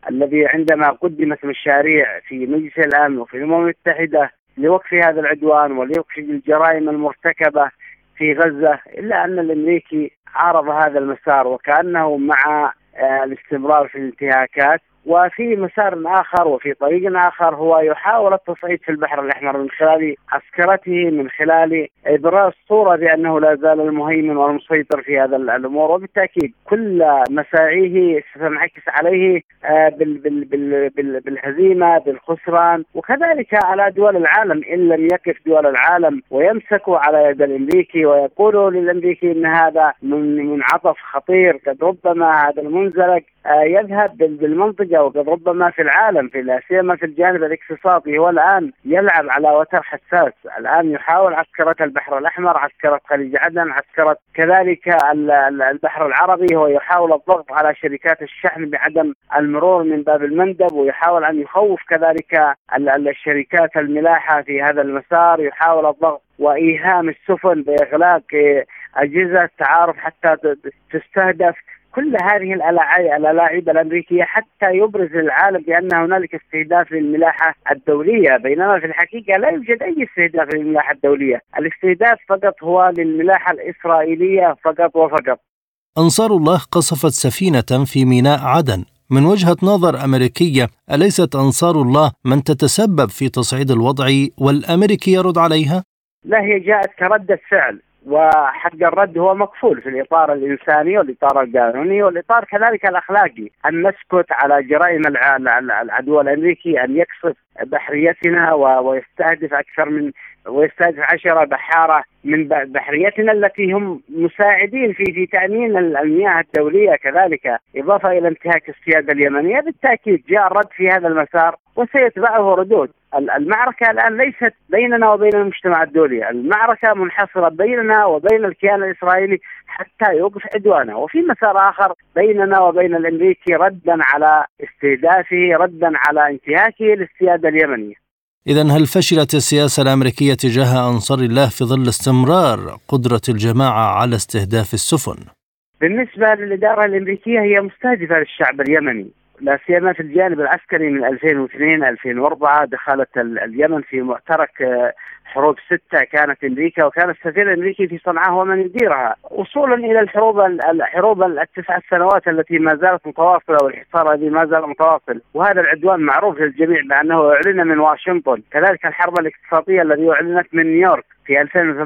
الذي عندما قدمت مشاريع في مجلس الأمن وفي الأمم المتحدة لوقف هذا العدوان ولوقف الجرائم المرتكبة في غزة، إلا أن الأمريكي عارض هذا المسار وكأنه مع الاستمرار في الانتهاكات، وفي مسار آخر وفي طريق آخر هو يحاول التصعيد في البحر الأحمر من خلال عسكرته، من خلال إبراز صورة بأنه لا زال المهيمن والمسيطر في هذا الأمور، وبالتأكيد كل مساعيه ستنعكس عليه بالهزيمة، بالخسران، وكذلك على دول العالم إن لم يقف دول العالم ويمسكوا على يد الأمريكي ويقولوا للأمريكي أن هذا منعطف خطير، قد ربما هذا المنزلق يذهب بالمنطقة، وقد ربما في العالم لا سيما في الجانب الاقتصادي هو الآن يلعب على وتر حساس. الآن يحاول عسكرة البحر الأحمر، عسكرة خليج عدن، عسكرة كذلك البحر العربي، هو يحاول الضغط على شركات الشحن بعدم المرور من باب المندب، ويحاول أن يخوف كذلك الشركات الملاحة في هذا المسار، يحاول الضغط وإيهام السفن بإغلاق أجهزة تعارف حتى تستهدف. كل هذه الألاعيب الأمريكية حتى يبرز للعالم بأن هنالك استهداف للملاحة الدولية، بينما في الحقيقة لا يوجد أي استهداف للملاحة الدولية، الاستهداف فقط هو للملاحة الإسرائيلية فقط وفقط. أنصار الله قصفت سفينة في ميناء عدن. من وجهة نظر أمريكية، أليست أنصار الله من تتسبب في تصعيد الوضع والأمريكي يرد عليها؟ لا، هي جاءت كردة فعل، وحق الرد هو مقفول في الإطار الإنساني والإطار القانوني والإطار كذلك الأخلاقي، أن نسكت على جرائم العدو الأمريكي، أن يقصف بحريتنا ويستهدف 10 بحارة من بحريتنا التي هم مساعدين في تأمين المياه الدولية كذلك، إضافة إلى انتهاك السيادة اليمنية. بالتأكيد جاء الرد في هذا المسار وسيتبعه ردود. المعركة الآن ليست بيننا وبين المجتمع الدولي، المعركة منحصرة بيننا وبين الكيان الإسرائيلي حتى يوقف عدوانه، وفي مسار آخر بيننا وبين الأمريكي ردا على استهدافه، ردا على انتهاكه للسيادة اليمنية. إذن هل فشلت السياسة الأمريكية تجاه أنصار الله في ظل استمرار قدرة الجماعة على استهداف السفن؟ بالنسبة للإدارة الأمريكية هي مستهدفة للشعب اليمني، لا سيما في الجانب العسكري. من 2002-2004 دخلت اليمن في معترك حروب 6، كانت أمريكا وكان السفير الأمريكي في صنعاء هو من يديرها، وصولا إلى الحروب ال9 سنوات التي ما زالت متواصلة، والحصار الذي ما زال متواصل، وهذا العدوان معروف للجميع بأنه أعلن من واشنطن. كذلك الحرب الاقتصادية التي أعلنت من نيويورك في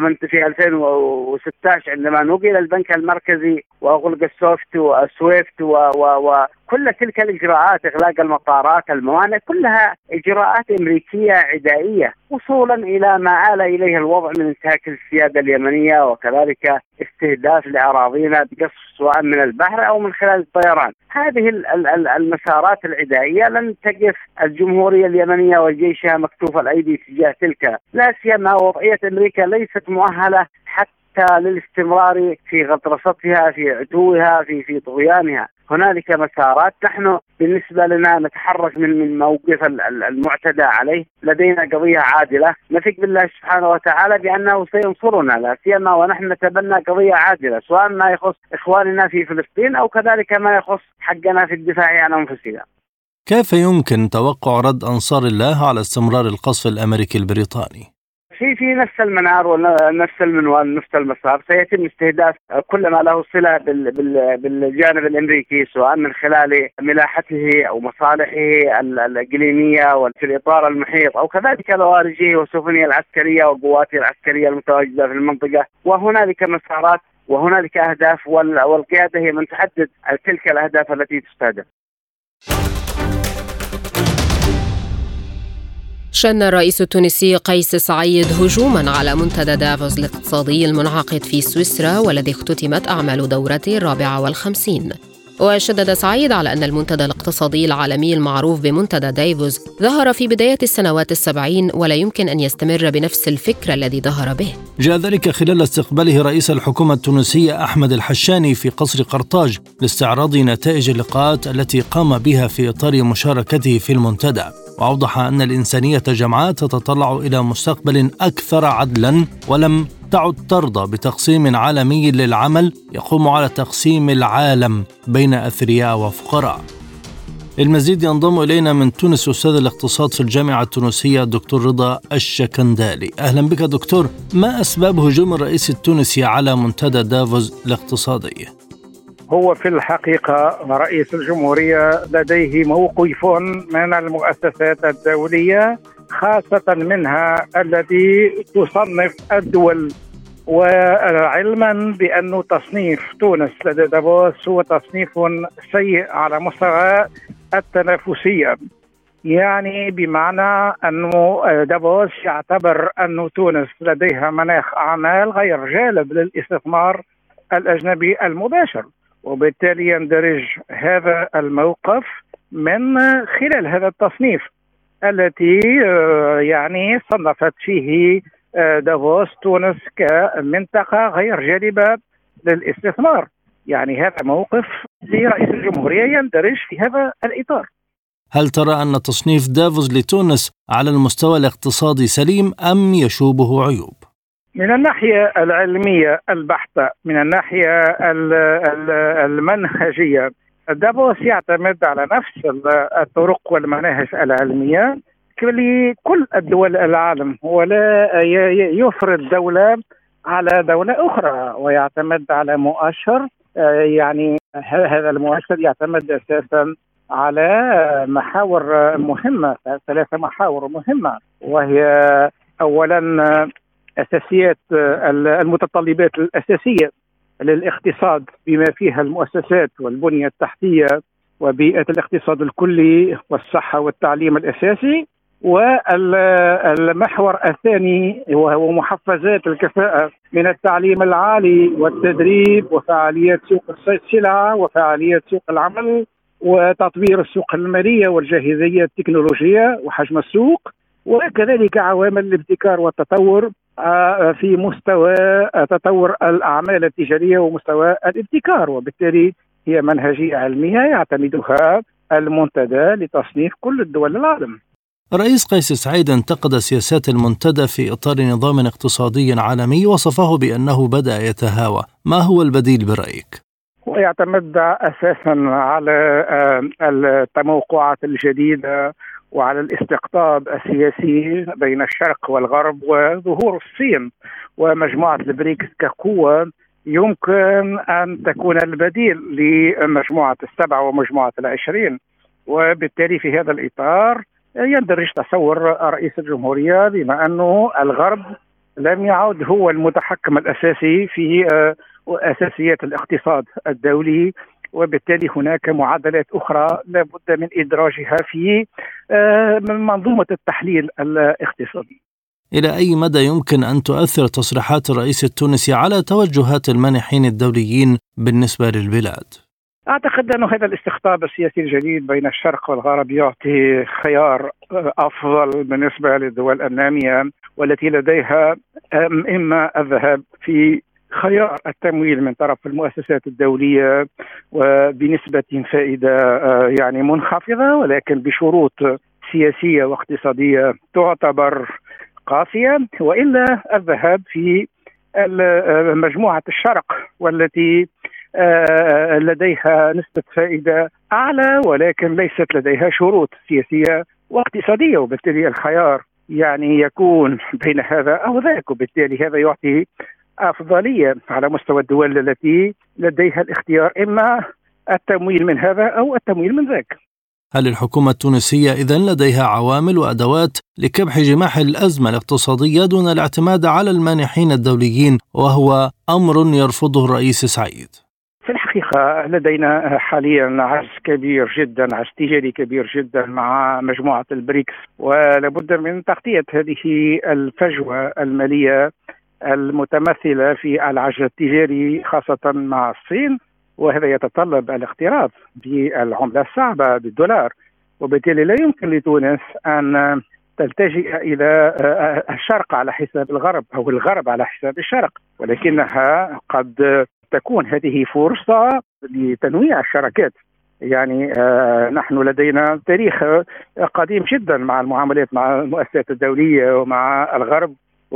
2016 عندما نقل البنك المركزي وأغلق السويفت وكل تلك الإجراءات، إغلاق المطارات، الموانئ، كلها إجراءات أمريكية عدائية، وصولا إلى ما آل إليه الوضع من انتهاك السيادة اليمنية وكذلك استهداف لأراضينا بقصف سواء من البحر أو من خلال الطيران. هذه المسارات العدائية لن تقف الجمهورية اليمنية وجيشها مكتوف الأيدي تجاه تلك، لا سيما وضعية أمريكا ليست مؤهلة حتى للاستمرار في غطرستها، في عتوها، في طغيانها. هنالك مسارات، نحن بالنسبة لنا نتحرك من موقف المعتدى عليه، لدينا قضية عادلة، نثق بالله سبحانه وتعالى بأنه سينصرنا، لا سيما ونحن نتبنى قضية عادلة، سواء ما يخص إخواننا في فلسطين أو كذلك ما يخص حقنا في الدفاع عن أنفسنا. كيف يمكن توقع رد أنصار الله على استمرار القصف الأمريكي البريطاني؟ في نفس المنار ونفس المنوال، نفس المسار، سيتم استهداف كل ما له صلة بالجانب الأمريكي، سواء من خلال ملاحته أو مصالحه الإقليمية وفي الإطار المحيط، أو كذلك لوارجه وسفنه العسكرية وقواته العسكرية المتواجدة في المنطقة. وهنالك مسارات وهنالك أهداف، والقيادة هي من تحدد تلك الأهداف التي تستهدف. شن الرئيس التونسي قيس سعيد هجوما على منتدى دافوس الاقتصادي المنعقد في سويسرا، والذي اختتمت أعمال دورته 54. وشدد سعيد على أن المنتدى الاقتصادي العالمي المعروف بمنتدى دافوس ظهر في بداية السنوات 70 ولا يمكن أن يستمر بنفس الفكر الذي ظهر به. جاء ذلك خلال استقباله رئيس الحكومة التونسية أحمد الحشاني في قصر قرطاج لاستعراض نتائج اللقاءات التي قام بها في إطار مشاركته في المنتدى، وأوضح أن الإنسانية جمعاء تتطلع إلى مستقبل أكثر عدلا، ولم تعد ترضى بتقسيم عالمي للعمل يقوم على تقسيم العالم بين أثرياء وفقراء. المزيد ينضم إلينا من تونس أستاذ الاقتصاد في الجامعة التونسية الدكتور رضا الشكندالي. أهلا بك دكتور. ما أسباب هجوم الرئيس التونسي على منتدى دافوس الاقتصادي؟ هو في الحقيقة رئيس الجمهورية لديه موقف من المؤسسات الدولية، خاصة منها التي تصنف الدول، وعلما بأن تصنيف تونس لدى دافوس هو تصنيف سيء على مستوى التنافسية. يعني بمعنى أن دافوس يعتبر أن تونس لديها مناخ أعمال غير جالب للاستثمار الأجنبي المباشر، وبالتالي يندرج هذا الموقف من خلال هذا التصنيف التي يعني صنفت فيه دافوس تونس كمنطقة غير جاذبة للاستثمار. يعني هذا موقف لرئيس الجمهورية يندرج في هذا الإطار. هل ترى أن تصنيف دافوس لتونس على المستوى الاقتصادي سليم أم يشوبه عيوب؟ من الناحية العلمية البحتة، من الناحية المنهجية، دافوس يعتمد على نفس الطرق والمناهج العلمية لكل الدول العالم، ولا يفرض دولة على دولة أخرى، ويعتمد على مؤشر. يعني هذا المؤشر يعتمد أساسا على محاور مهمة، 3 محاور مهمة، وهي أولا أساسيات المتطلبات الأساسية للاقتصاد بما فيها المؤسسات والبنية التحتية وبيئة الاقتصاد الكلي والصحة والتعليم الأساسي. والمحور الثاني وهو محفزات الكفاءة من التعليم العالي والتدريب وفعاليات سوق السلع وفعاليات سوق العمل وتطوير السوق المالية والجاهزية التكنولوجية وحجم السوق، وكذلك عوامل الابتكار والتطور في مستوى تطور الأعمال التجارية ومستوى الابتكار. وبالتالي هي منهجية علمية يعتمدها المنتدى لتصنيف كل الدول العالم. رئيس قيس سعيد انتقد سياسات المنتدى في إطار نظام اقتصادي عالمي وصفه بأنه بدأ يتهاوى. ما هو البديل برأيك؟ ويعتمد أساسا على التموقعات الجديدة وعلى الاستقطاب السياسي بين الشرق والغرب وظهور الصين ومجموعة البريكس كقوة يمكن أن تكون البديل لمجموعة 7 ومجموعة 20. وبالتالي في هذا الإطار يندرج تصور رئيس الجمهورية بما أنه الغرب لم يعد هو المتحكم الأساسي في أساسيات الاقتصاد الدولي، وبالتالي هناك معادلات أخرى لابد من إدراجها في منظومة التحليل الاقتصادي. إلى أي مدى يمكن أن تؤثر تصريحات الرئيس التونسي على توجهات المانحين الدوليين بالنسبة للبلاد؟ أعتقد أن هذا الاستقطاب السياسي الجديد بين الشرق والغرب يعطي خيار أفضل بالنسبة للدول النامية والتي لديها إما الذهاب في خيار التمويل من طرف المؤسسات الدولية وبنسبة فائدة يعني منخفضة، ولكن بشروط سياسية واقتصادية تعتبر قاسية، وإلا الذهاب في مجموعة الشرق والتي لديها نسبة فائدة أعلى ولكن ليست لديها شروط سياسية واقتصادية، وبالتالي الخيار يعني يكون بين هذا أو ذاك، وبالتالي هذا يعطي أفضلية على مستوى الدول التي لديها الاختيار إما التمويل من هذا أو التمويل من ذاك. هل الحكومة التونسية إذن لديها عوامل وأدوات لكبح جماح الأزمة الاقتصادية دون الاعتماد على المانحين الدوليين، وهو أمر يرفضه الرئيس سعيد؟ في الحقيقة لدينا حاليا عجز كبير جدا، عجز تجاري كبير جدا مع مجموعة البريكس، ولابد من تغطية هذه الفجوة المالية المتمثلة في العجز التجاري خاصة مع الصين، وهذا يتطلب الاقتراض بالعملة الصعبة بالدولار، وبالتالي لا يمكن لتونس أن تلتجئ إلى الشرق على حساب الغرب أو الغرب على حساب الشرق، ولكنها قد تكون هذه فرصة لتنويع الشراكات. يعني نحن لدينا تاريخ قديم جدا مع المعاملات مع المؤسسات الدولية ومع الغرب،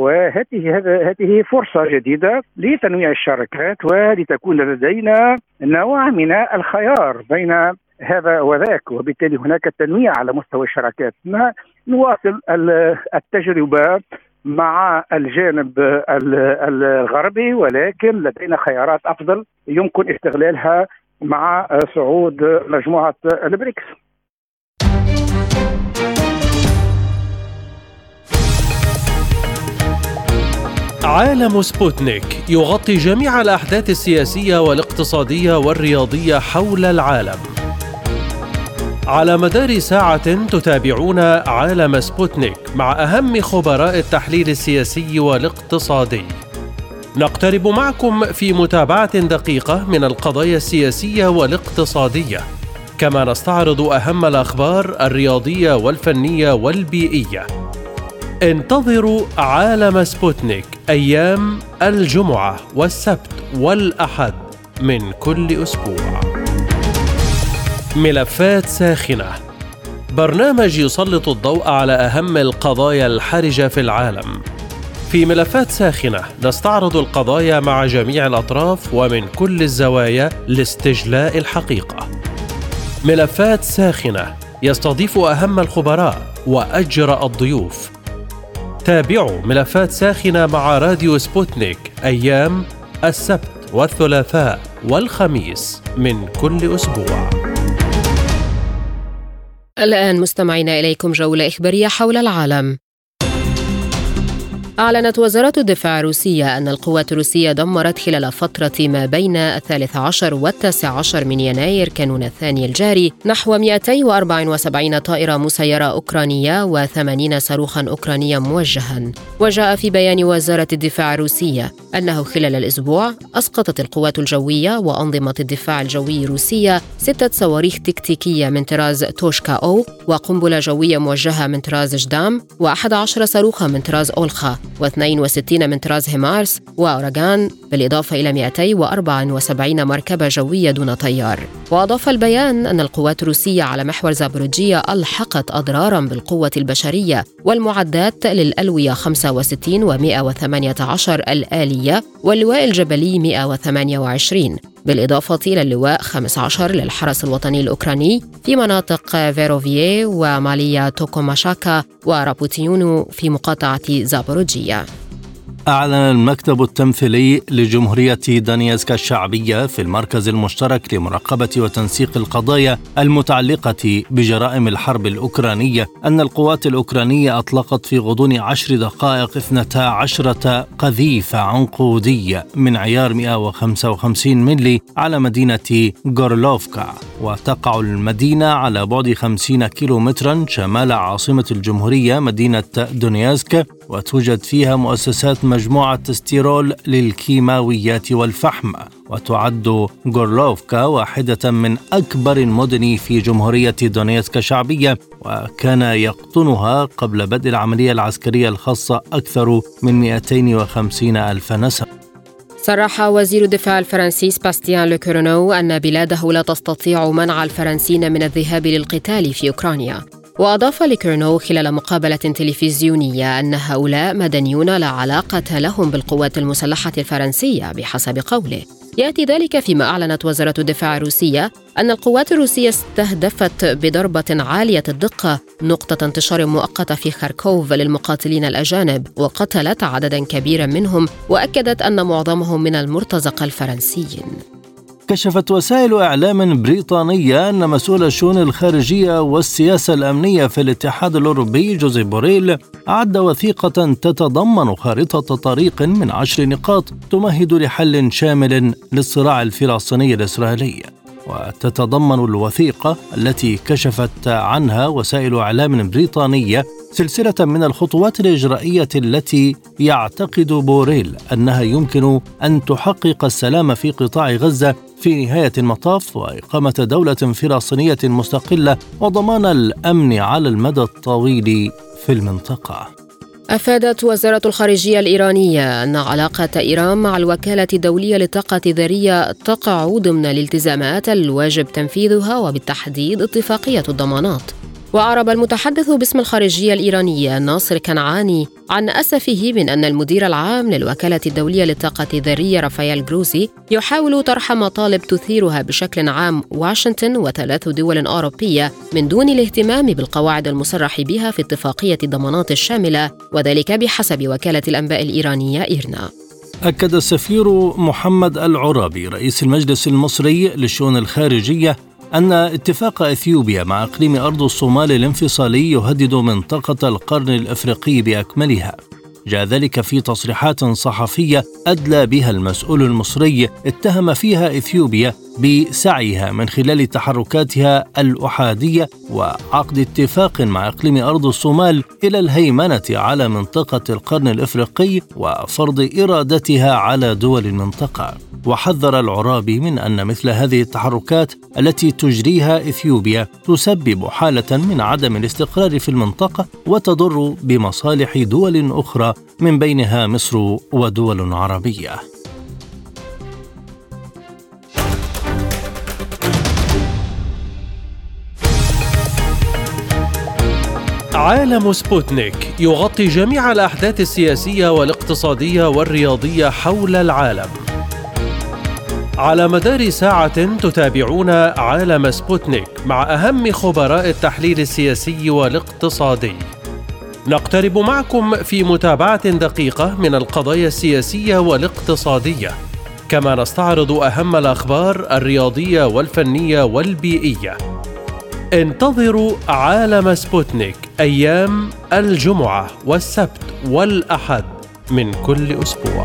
وهذه فرصة جديدة لتنويع الشراكات ولتكون لدينا نوع من الخيار بين هذا وذاك، وبالتالي هناك تنويع على مستوى الشراكات. نواصل التجربة مع الجانب الغربي، ولكن لدينا خيارات أفضل يمكن استغلالها مع صعود مجموعة البريكس. عالم سبوتنيك يغطي جميع الأحداث السياسية والاقتصادية والرياضية حول العالم. على مدار ساعة تتابعون عالم سبوتنيك مع أهم خبراء التحليل السياسي والاقتصادي. نقترب معكم في متابعة دقيقة من القضايا السياسية والاقتصادية، كما نستعرض أهم الأخبار الرياضية والفنية والبيئية. انتظروا عالم سبوتنيك أيام الجمعة والسبت والأحد من كل أسبوع. ملفات ساخنة، برنامج يسلط الضوء على أهم القضايا الحرجة في العالم. في ملفات ساخنة نستعرض القضايا مع جميع الأطراف ومن كل الزوايا لاستجلاء الحقيقة. ملفات ساخنة يستضيف أهم الخبراء وأجرأ الضيوف. تابعوا ملفات ساخنة مع راديو سبوتنيك أيام السبت والثلاثاء والخميس من كل أسبوع. الآن مستمعين إليكم جولة إخبارية حول العالم. أعلنت وزارة الدفاع الروسية أن القوات الروسية دمرت خلال فترة ما بين 13 و19 من يناير كانون الثاني الجاري نحو 274 طائرة مسيرة أوكرانية و80 صاروخا أوكرانيا موجها. وجاء في بيان وزارة الدفاع الروسية أنه خلال الأسبوع أسقطت القوات الجوية وأنظمة الدفاع الجوي الروسية 6 صواريخ تكتيكية من طراز توشكا أو، وقنبلة جوية موجهة من طراز جدام، و11 صاروخا من طراز أولخا، و62 من طراز هيمارس وأوراغان، بالإضافة إلى 274 مركبة جوية دون طيار. وأضاف البيان أن القوات الروسية على محور زابروجية ألحقت أضرارا بالقوة البشرية والمعدات للألوية 65 و118 الآلية واللواء الجبلي 128، بالإضافة إلى اللواء 15 للحرس الوطني الأوكراني في مناطق فيروفيه وماليا توكوماشاكا ورابوتيونو في مقاطعة زابروجية. أعلن المكتب التمثيلي لجمهورية دونيتسك الشعبية في المركز المشترك لمراقبة وتنسيق القضايا المتعلقة بجرائم الحرب الأوكرانية أن القوات الأوكرانية أطلقت في غضون 10 دقائق 12 قذيفة عنقودية من عيار 155 ملي على مدينة غورلوفكا، وتقع المدينة على بعد 50 كيلومترا شمال عاصمة الجمهورية مدينة دونيتسك، وتوجد فيها مؤسسات مجموعة ستيرول للكيماويات والفحم. وتعد غورلوفكا واحدة من أكبر المدن في جمهورية دونيتسك الشعبية، وكان يقطنها قبل بدء العملية العسكرية الخاصة أكثر من 250 ألف نسمة. صرح وزير الدفاع الفرنسي سباستيان لوكورونو أن بلاده لا تستطيع منع الفرنسيين من الذهاب للقتال في أوكرانيا. وأضاف لكورنو خلال مقابلة تلفزيونية أن هؤلاء مدنيون لا علاقة لهم بالقوات المسلحة الفرنسية بحسب قوله. يأتي ذلك فيما أعلنت وزارة الدفاع الروسية أن القوات الروسية استهدفت بضربة عالية الدقة نقطة انتشار مؤقتة في خاركوف للمقاتلين الأجانب، وقتلت عددا كبيرا منهم، وأكدت أن معظمهم من المرتزقة الفرنسيين. كشفت وسائل إعلام بريطانية أن مسؤول الشؤون الخارجية والسياسة الأمنية في الاتحاد الأوروبي جوزيف بوريل أعد وثيقة تتضمن خارطة طريق من 10 نقاط تمهد لحل شامل للصراع الفلسطيني الإسرائيلي. وتتضمن الوثيقة التي كشفت عنها وسائل إعلام بريطانية سلسلة من الخطوات الإجرائية التي يعتقد بوريل أنها يمكن أن تحقق السلام في قطاع غزة في نهاية المطاف، وإقامة دولة فلسطينية مستقلة وضمان الأمن على المدى الطويل في المنطقة. أفادت وزارة الخارجية الإيرانية أن علاقة إيران مع الوكالة الدولية للطاقة الذرية تقع ضمن الالتزامات الواجب تنفيذها، وبالتحديد اتفاقية الضمانات. وأعرب المتحدث باسم الخارجية الإيرانية ناصر كنعاني عن أسفه من أن المدير العام للوكالة الدولية للطاقة الذرية رافائيل جروسي يحاول طرح مطالب تثيرها بشكل عام واشنطن و3 دول أوروبية من دون الاهتمام بالقواعد المصرح بها في اتفاقية الضمانات الشاملة، وذلك بحسب وكالة الأنباء الإيرانية إيرنا. أكد السفير محمد العرابي رئيس المجلس المصري للشؤون الخارجية أن اتفاق إثيوبيا مع إقليم أرض الصومال الانفصالي يهدد منطقة القرن الأفريقي بأكملها. جاء ذلك في تصريحات صحفية أدلى بها المسؤول المصري اتهم فيها إثيوبيا بسعيها من خلال تحركاتها الأحادية وعقد اتفاق مع إقليم أرض الصومال إلى الهيمنة على منطقة القرن الإفريقي وفرض إرادتها على دول المنطقة. وحذر العرابي من أن مثل هذه التحركات التي تجريها إثيوبيا تسبب حالة من عدم الاستقرار في المنطقة وتضر بمصالح دول أخرى من بينها مصر ودول عربية. عالم سبوتنيك يغطي جميع الأحداث السياسية والاقتصادية والرياضية حول العالم. على مدار ساعة تتابعون عالم سبوتنيك مع أهم خبراء التحليل السياسي والاقتصادي. نقترب معكم في متابعة دقيقة من القضايا السياسية والاقتصادية، كما نستعرض أهم الأخبار الرياضية والفنية والبيئية. انتظروا عالم سبوتنيك أيام الجمعة والسبت والأحد من كل أسبوع.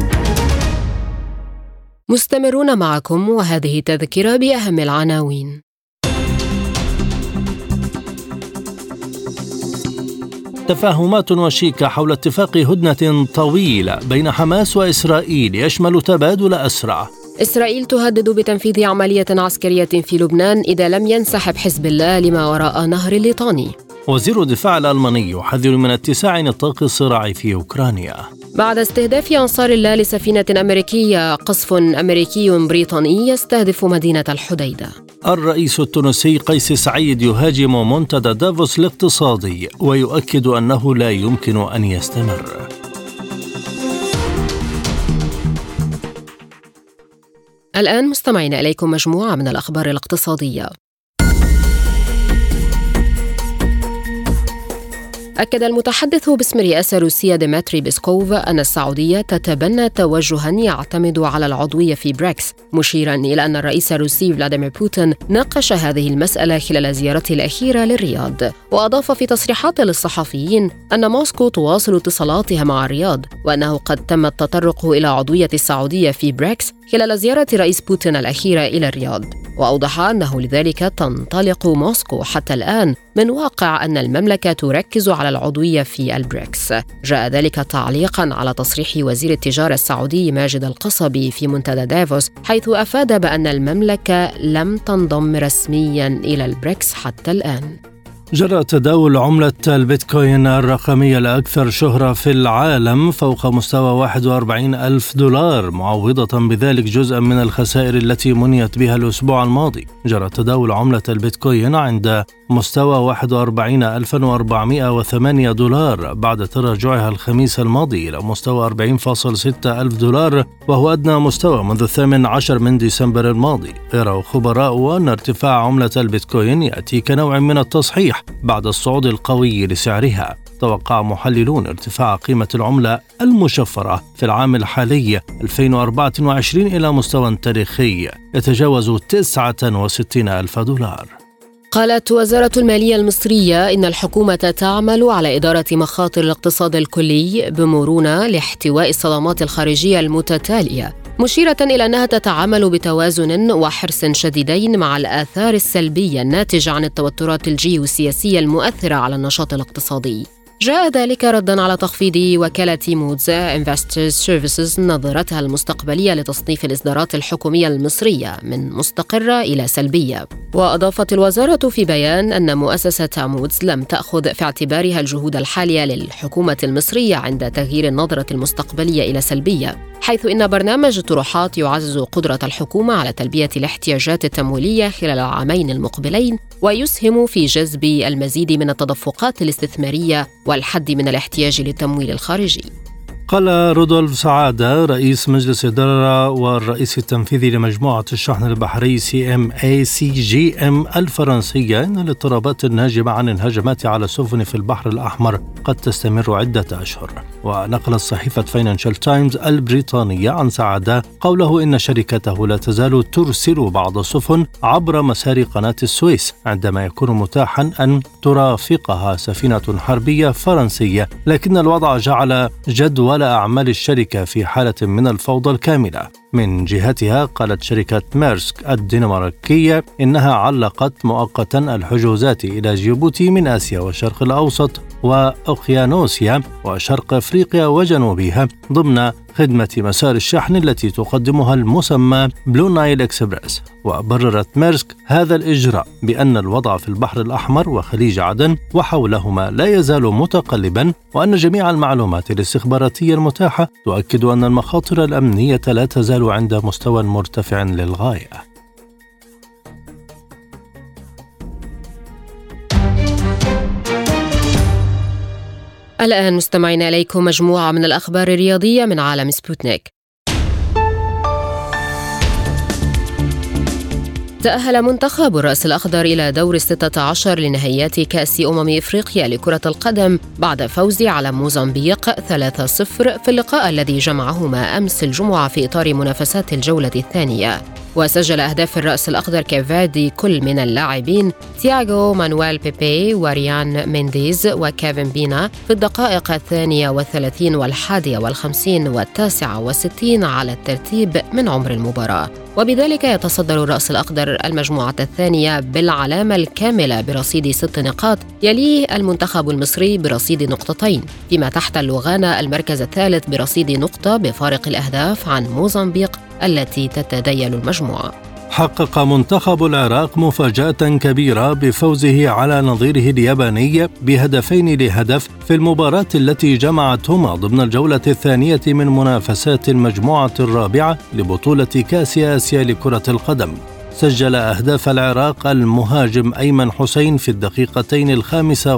مستمرون معكم وهذه تذكرة بأهم العناوين. تفاهمات وشيكة حول اتفاق هدنة طويلة بين حماس وإسرائيل يشمل تبادل أسرى. إسرائيل تهدد بتنفيذ عملية عسكرية في لبنان إذا لم ينسحب حزب الله لما وراء نهر الليطاني. وزير الدفاع الألماني يحذر من اتساع نطاق الصراع في أوكرانيا. بعد استهداف أنصار الله لسفينة أمريكية، قصف أمريكي بريطاني يستهدف مدينة الحديدة. الرئيس التونسي قيس سعيد يهاجم منتدى دافوس الاقتصادي ويؤكد أنه لا يمكن أن يستمر. الآن مستمعين إليكم مجموعة من الأخبار الاقتصادية. أكد المتحدث باسم الرئاسة الروسية ديمتري بيسكوف أن السعودية تتبنى توجها يعتمد على العضوية في بريكس، مشيرا إلى أن الرئيس الروسي فلاديمير بوتين ناقش هذه المسألة خلال زيارته الأخيرة للرياض. وأضاف في تصريحات للصحفيين أن موسكو تواصل اتصالاتها مع الرياض، وأنه قد تم التطرق إلى عضوية السعودية في بريكس خلال زيارة رئيس بوتين الأخيرة إلى الرياض. وأوضح أنه لذلك تنطلق موسكو حتى الآن من واقع أن المملكة تركز على العضوية في البريكس. جاء ذلك تعليقا على تصريح وزير التجارة السعودي ماجد القصبي في منتدى دافوس، حيث أفاد بأن المملكة لم تنضم رسميا إلى البريكس حتى الآن. جرى تداول عملة البيتكوين الرقمية الأكثر شهرة في العالم فوق مستوى 41,000 دولار، معوضة بذلك جزءا من الخسائر التي منيت بها الأسبوع الماضي. جرى تداول عملة البيتكوين عند مستوى 41,408 دولار بعد تراجعها الخميس الماضي إلى مستوى 40.6 ألف دولار، وهو أدنى مستوى منذ 18 من ديسمبر الماضي. يرى خبراء أن ارتفاع عملة البيتكوين يأتي كنوع من التصحيح بعد الصعود القوي لسعرها. توقع محللون ارتفاع قيمة العملة المشفرة في العام الحالي 2024 إلى مستوى تاريخي يتجاوز 69,000 دولار. قالت وزارة المالية المصرية إن الحكومة تعمل على إدارة مخاطر الاقتصاد الكلي بمرونة لاحتواء الصدمات الخارجية المتتالية، مشيرة إلى أنها تتعامل بتوازن وحرص شديدين مع الآثار السلبية الناتجة عن التوترات الجيوسياسية المؤثرة على النشاط الاقتصادي. جاء ذلك رداً على تخفيض وكالة مودز انفسترز سيرفيسز نظرتها المستقبلية لتصنيف الإصدارات الحكومية المصرية من مستقرة إلى سلبية. وأضافت الوزارة في بيان أن مؤسسة مودز لم تأخذ في اعتبارها الجهود الحالية للحكومة المصرية عند تغيير النظرة المستقبلية إلى سلبية، حيث إن برنامج الطروحات يعزز قدرة الحكومة على تلبية الاحتياجات التمويلية خلال العامين المقبلين، ويسهم في جذب المزيد من التدفقات الاستثمارية والحد من الاحتياج للتمويل الخارجي. قال رودولف سعادة رئيس مجلس إدارة والرئيس التنفيذي لمجموعة الشحن البحري CMA-CGM الفرنسية إن الاضطرابات الناجمة عن الهجمات على السفن في البحر الأحمر قد تستمر عدة أشهر. ونقلت صحيفة فاينانشال تايمز البريطانية عن سعادة قوله إن شركته لا تزال ترسل بعض السفن عبر مسار قناة السويس عندما يكون متاحا أن ترافقها سفينة حربية فرنسية، لكن الوضع جعل جدول أعمال الشركة في حالة من الفوضى الكاملة. من جهتها قالت شركة ميرسك الدنماركية إنها علقت مؤقتا الحجوزات إلى جيبوتي من آسيا والشرق الأوسط وأوقيانوسيا وشرق أفريقيا وجنوبها ضمن خدمة مسار الشحن التي تقدمها المسمى بلو نايل إكسبريس. وبررت ميرسك هذا الإجراء بأن الوضع في البحر الأحمر وخليج عدن وحولهما لا يزال متقلبا، وأن جميع المعلومات الاستخباراتية المتاحة تؤكد أن المخاطر الأمنية لا تزال عند مستوى مرتفع للغاية. الآن مستمعين إليكم مجموعة من الأخبار الرياضية من عالم سبوتنيك. تأهل منتخب الرأس الأخضر إلى دور 16 لنهائيات كأس إفريقيا لكرة القدم بعد فوز على موزمبيق 3-0 في اللقاء الذي جمعهما أمس الجمعة في إطار منافسات الجولة الثانية. وسجل أهداف الرأس الأخضر كيفادي كل من اللاعبين تياغو مانويل بيبي وريان مينديز وكيفن بينا في الدقائق 32 و51 و69 على الترتيب من عمر المباراة، وبذلك يتصدر الرأس الأخضر المجموعة الثانية بالعلامة الكاملة برصيد 6 نقاط، يليه المنتخب المصري برصيد 2 نقطتين، فيما تحتل غانا المركز الثالث برصيد 1 نقطة بفارق الأهداف عن موزمبيق التي تتديل المجموعة. حقق منتخب العراق مفاجأة كبيرة بفوزه على نظيره الياباني ب2-0 في المباراة التي جمعتهما ضمن الجولة الثانية من منافسات المجموعة الرابعة لبطولة كأس آسيا لكرة القدم. سجل أهداف العراق المهاجم أيمن حسين في الدقيقتين 5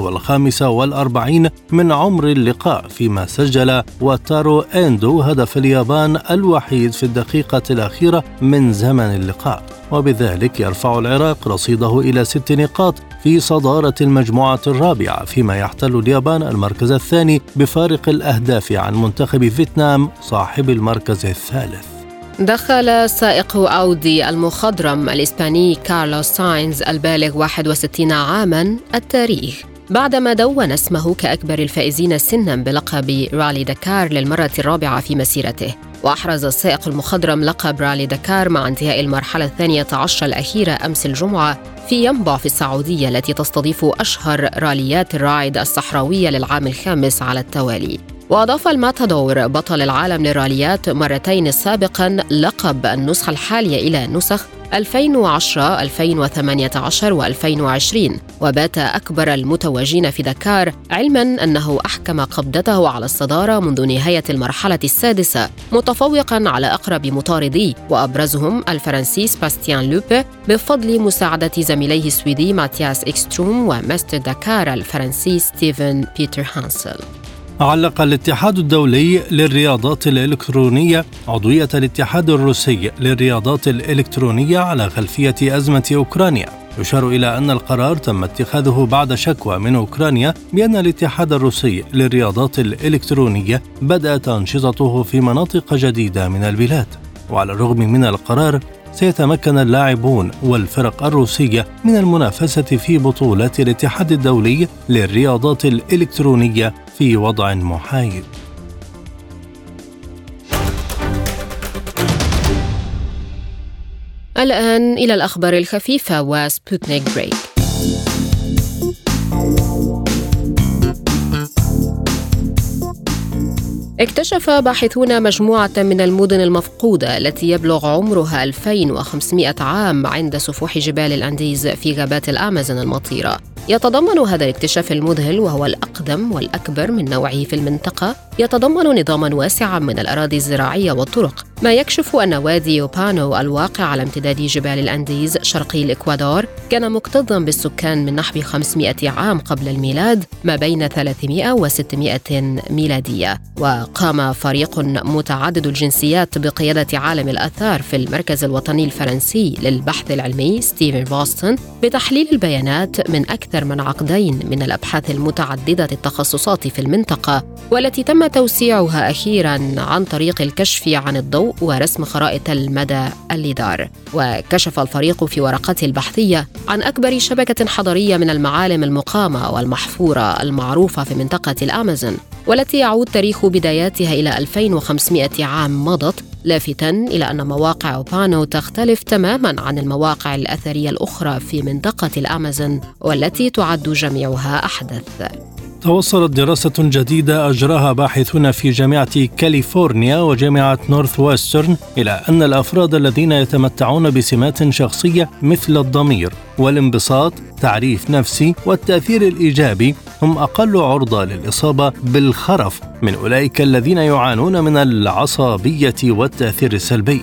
و45 من عمر اللقاء، فيما سجل واتارو إندو هدف اليابان الوحيد في الدقيقة الأخيرة من زمن اللقاء، وبذلك يرفع العراق رصيده إلى 6 نقاط في صدارة المجموعة الرابعة، فيما يحتل اليابان المركز الثاني بفارق الأهداف عن منتخب فيتنام صاحب المركز الثالث. دخل سائق أودي المخضرم الإسباني كارلوس ساينز البالغ 61 عاماً التاريخ بعدما دون اسمه كأكبر الفائزين سناً بلقب رالي دكار للمرة الرابعة في مسيرته. وأحرز السائق المخضرم لقب رالي دكار مع انتهاء المرحلة 12 الأخيرة أمس الجمعة في ينبع في السعودية التي تستضيف أشهر راليات الرايد الصحراوية للعام الخامس على التوالي. وأضاف الماتادور بطل العالم للراليات مرتين سابقاً لقب النسخة الحالية إلى نسخ 2010 2018 و2020، وبات أكبر المتوجين في دكار، علماً أنه أحكم قبضته على الصدارة منذ نهاية المرحلة السادسة، متفوقاً على أقرب مطارديه وأبرزهم الفرنسي سباستيان لوبي بفضل مساعدة زميليه السويدي ماتياس إكستروم وماستر دكار الفرنسي ستيفن بيتر هانسل. علق الاتحاد الدولي للرياضات الإلكترونية عضوية الاتحاد الروسي للرياضات الإلكترونية على خلفية أزمة أوكرانيا. يشار إلى أن القرار تم اتخاذه بعد شكوى من أوكرانيا بأن الاتحاد الروسي للرياضات الإلكترونية بدأت أنشطته في مناطق جديدة من البلاد. وعلى الرغم من القرار سيتمكن اللاعبون والفرق الروسية من المنافسة في بطولات الاتحاد الدولي للرياضات الإلكترونية في وضع محايد. الآن إلى الأخبار الخفيفة وسبوتنيك بريك. اكتشف باحثون مجموعة من المدن المفقودة التي يبلغ عمرها 2500 عام عند سفوح جبال الأنديز في غابات الأمازون المطيرة. يتضمن هذا الاكتشاف المذهل، وهو الأقدم والأكبر من نوعه في المنطقة، يتضمن نظاماً واسعاً من الأراضي الزراعية والطرق، ما يكشف أن وادي يوبانو الواقع على امتداد جبال الأنديز شرقي الإكوادور كان مكتظاً بالسكان من نحو 500 عام قبل الميلاد، ما بين 300 و 600 ميلادية. وقام فريق متعدد الجنسيات بقيادة عالم الآثار في المركز الوطني الفرنسي للبحث العلمي ستيفن بوستون بتحليل البيانات من أكثر من عقدين من الأبحاث المتعددة التخصصات في المنطقة، والتي تم توسيعها أخيراً عن طريق الكشف عن الضوء ورسم خرائط المدى الليدار. وكشف الفريق في ورقته البحثية عن أكبر شبكة حضرية من المعالم المقامة والمحفورة المعروفة في منطقة الأمازون، والتي يعود تاريخ بداياتها إلى 2500 عام مضت، لافتاً إلى أن مواقع يوبانو تختلف تماماً عن المواقع الأثرية الأخرى في منطقة الأمازون، والتي تعد جميعها أحدث. توصلت دراسة جديدة أجراها باحثون في جامعة كاليفورنيا وجامعة نورث ويسترن إلى أن الأفراد الذين يتمتعون بسمات شخصية مثل الضمير والانبساط، تعريف نفسي والتأثير الإيجابي هم أقل عرضة للإصابة بالخرف من أولئك الذين يعانون من العصبية والتأثير السلبي.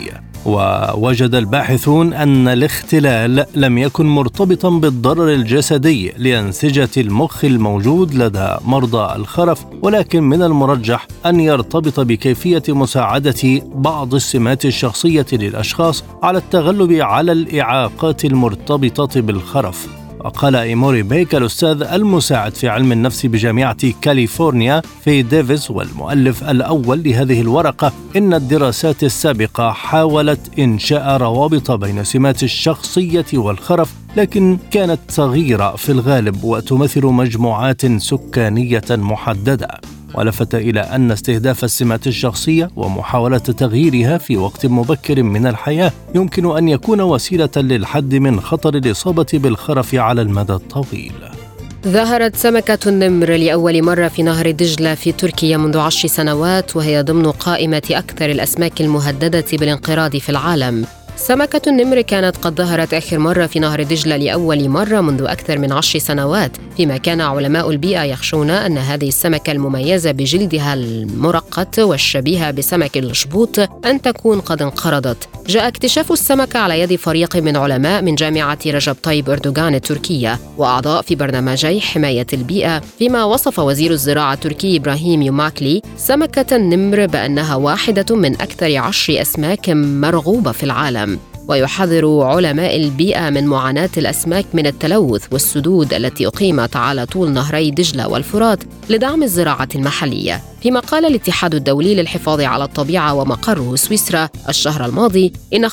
ووجد الباحثون أن الاختلال لم يكن مرتبطا بالضرر الجسدي لأنسجة المخ الموجود لدى مرضى الخرف، ولكن من المرجح أن يرتبط بكيفية مساعدة بعض السمات الشخصية للأشخاص على التغلب على الإعاقات المرتبطة بالخرف. وقال إيموري بيك الأستاذ المساعد في علم النفس بجامعة كاليفورنيا في ديفيس والمؤلف الأول لهذه الورقة إن الدراسات السابقة حاولت إنشاء روابط بين سمات الشخصية والخرف، لكن كانت صغيرة في الغالب وتمثل مجموعات سكانية محددة. ولفت إلى أن استهداف السمات الشخصية ومحاولة تغييرها في وقت مبكر من الحياة يمكن أن يكون وسيلة للحد من خطر الإصابة بالخرف على المدى الطويل. ظهرت سمكة النمر لأول مرة في نهر دجلة في تركيا منذ 10 سنوات، وهي ضمن قائمة أكثر الأسماك المهددة بالانقراض في العالم. سمكة النمر كانت قد ظهرت آخر مرة في نهر دجلة لأول مرة منذ أكثر من 10 سنوات، فيما كان علماء البيئة يخشون أن هذه السمكة المميزة بجلدها المرقط والشبيهة بسمك الأخطبوط أن تكون قد انقرضت. جاء اكتشاف السمكة على يد فريق من علماء من جامعة رجب طيب أردوغان التركية وأعضاء في برنامجي حماية البيئة، فيما وصف وزير الزراعة التركي إبراهيم يوماكلي سمكة النمر بأنها واحدة من أكثر 10 أسماك مرغوبة في العالم. ويحذر علماء البيئة من معاناة الأسماك من التلوث والسدود التي أقيمت على طول نهري دجلة والفرات لدعم الزراعة المحلية. فيما قال الاتحاد الدولي للحفاظ على الطبيعة ومقره سويسرا الشهر الماضي إن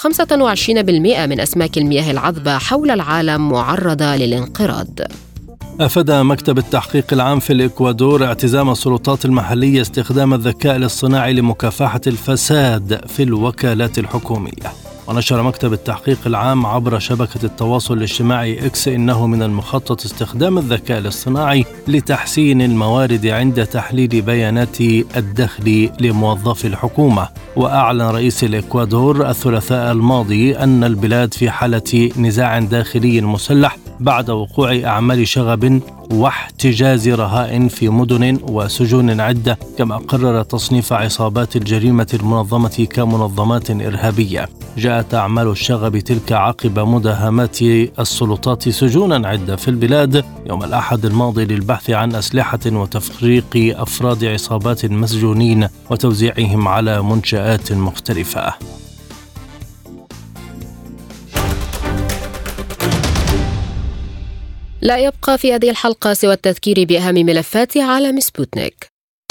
25% من أسماك المياه العذبة حول العالم معرضة للانقراض. أفاد مكتب التحقيق العام في الإكوادور اعتزام السلطات المحلية استخدام الذكاء الاصطناعي لمكافحة الفساد في الوكالات الحكومية. ونشر مكتب التحقيق العام عبر شبكة التواصل الاجتماعي إكس إنه من المخطط استخدام الذكاء الاصطناعي لتحسين الموارد عند تحليل بيانات الدخل لموظفي الحكومة. وأعلن رئيس الإكوادور الثلاثاء الماضي أن البلاد في حالة نزاع داخلي مسلح بعد وقوع أعمال شغب واحتجاز رهائن في مدن وسجون عدة، كما قرر تصنيف عصابات الجريمة المنظمة كمنظمات إرهابية. جاءت أعمال الشغب تلك عقب مداهمات السلطات سجونا عدة في البلاد يوم الأحد الماضي للبحث عن أسلحة وتفريق أفراد عصابات مسجونين وتوزيعهم على منشآت مختلفة. لا يبقى في هذه الحلقة سوى التذكير بأهم ملفات عالم سبوتنيك.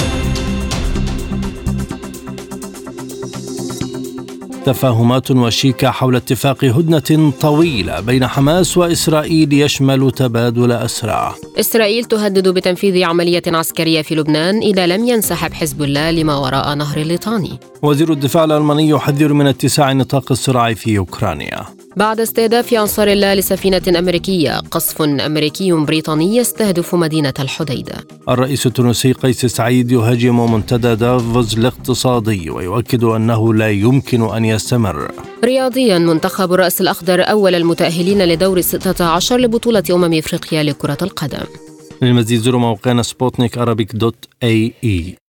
تفاهمات وشيكة حول اتفاق هدنة طويلة بين حماس وإسرائيل يشمل تبادل أسرى. إسرائيل تهدد بتنفيذ عملية عسكرية في لبنان إذا لم ينسحب حزب الله لما وراء نهر الليطاني. وزير الدفاع الألماني يحذر من اتساع نطاق الصراع في أوكرانيا. بعد استهداف أنصار الله لسفينة أمريكية، قصف أمريكي بريطاني يستهدف مدينة الحديدة. الرئيس التونسي قيس سعيد يهاجم منتدى دافوس الاقتصادي ويؤكد أنه لا يمكن أن يستمر. رياضيا، منتخب الرأس الأخضر أول المتأهلين لدور 16 لبطولة أمم إفريقيا لكرة القدم. للمزيد زوروا موقعنا sputnik.arabic.ae.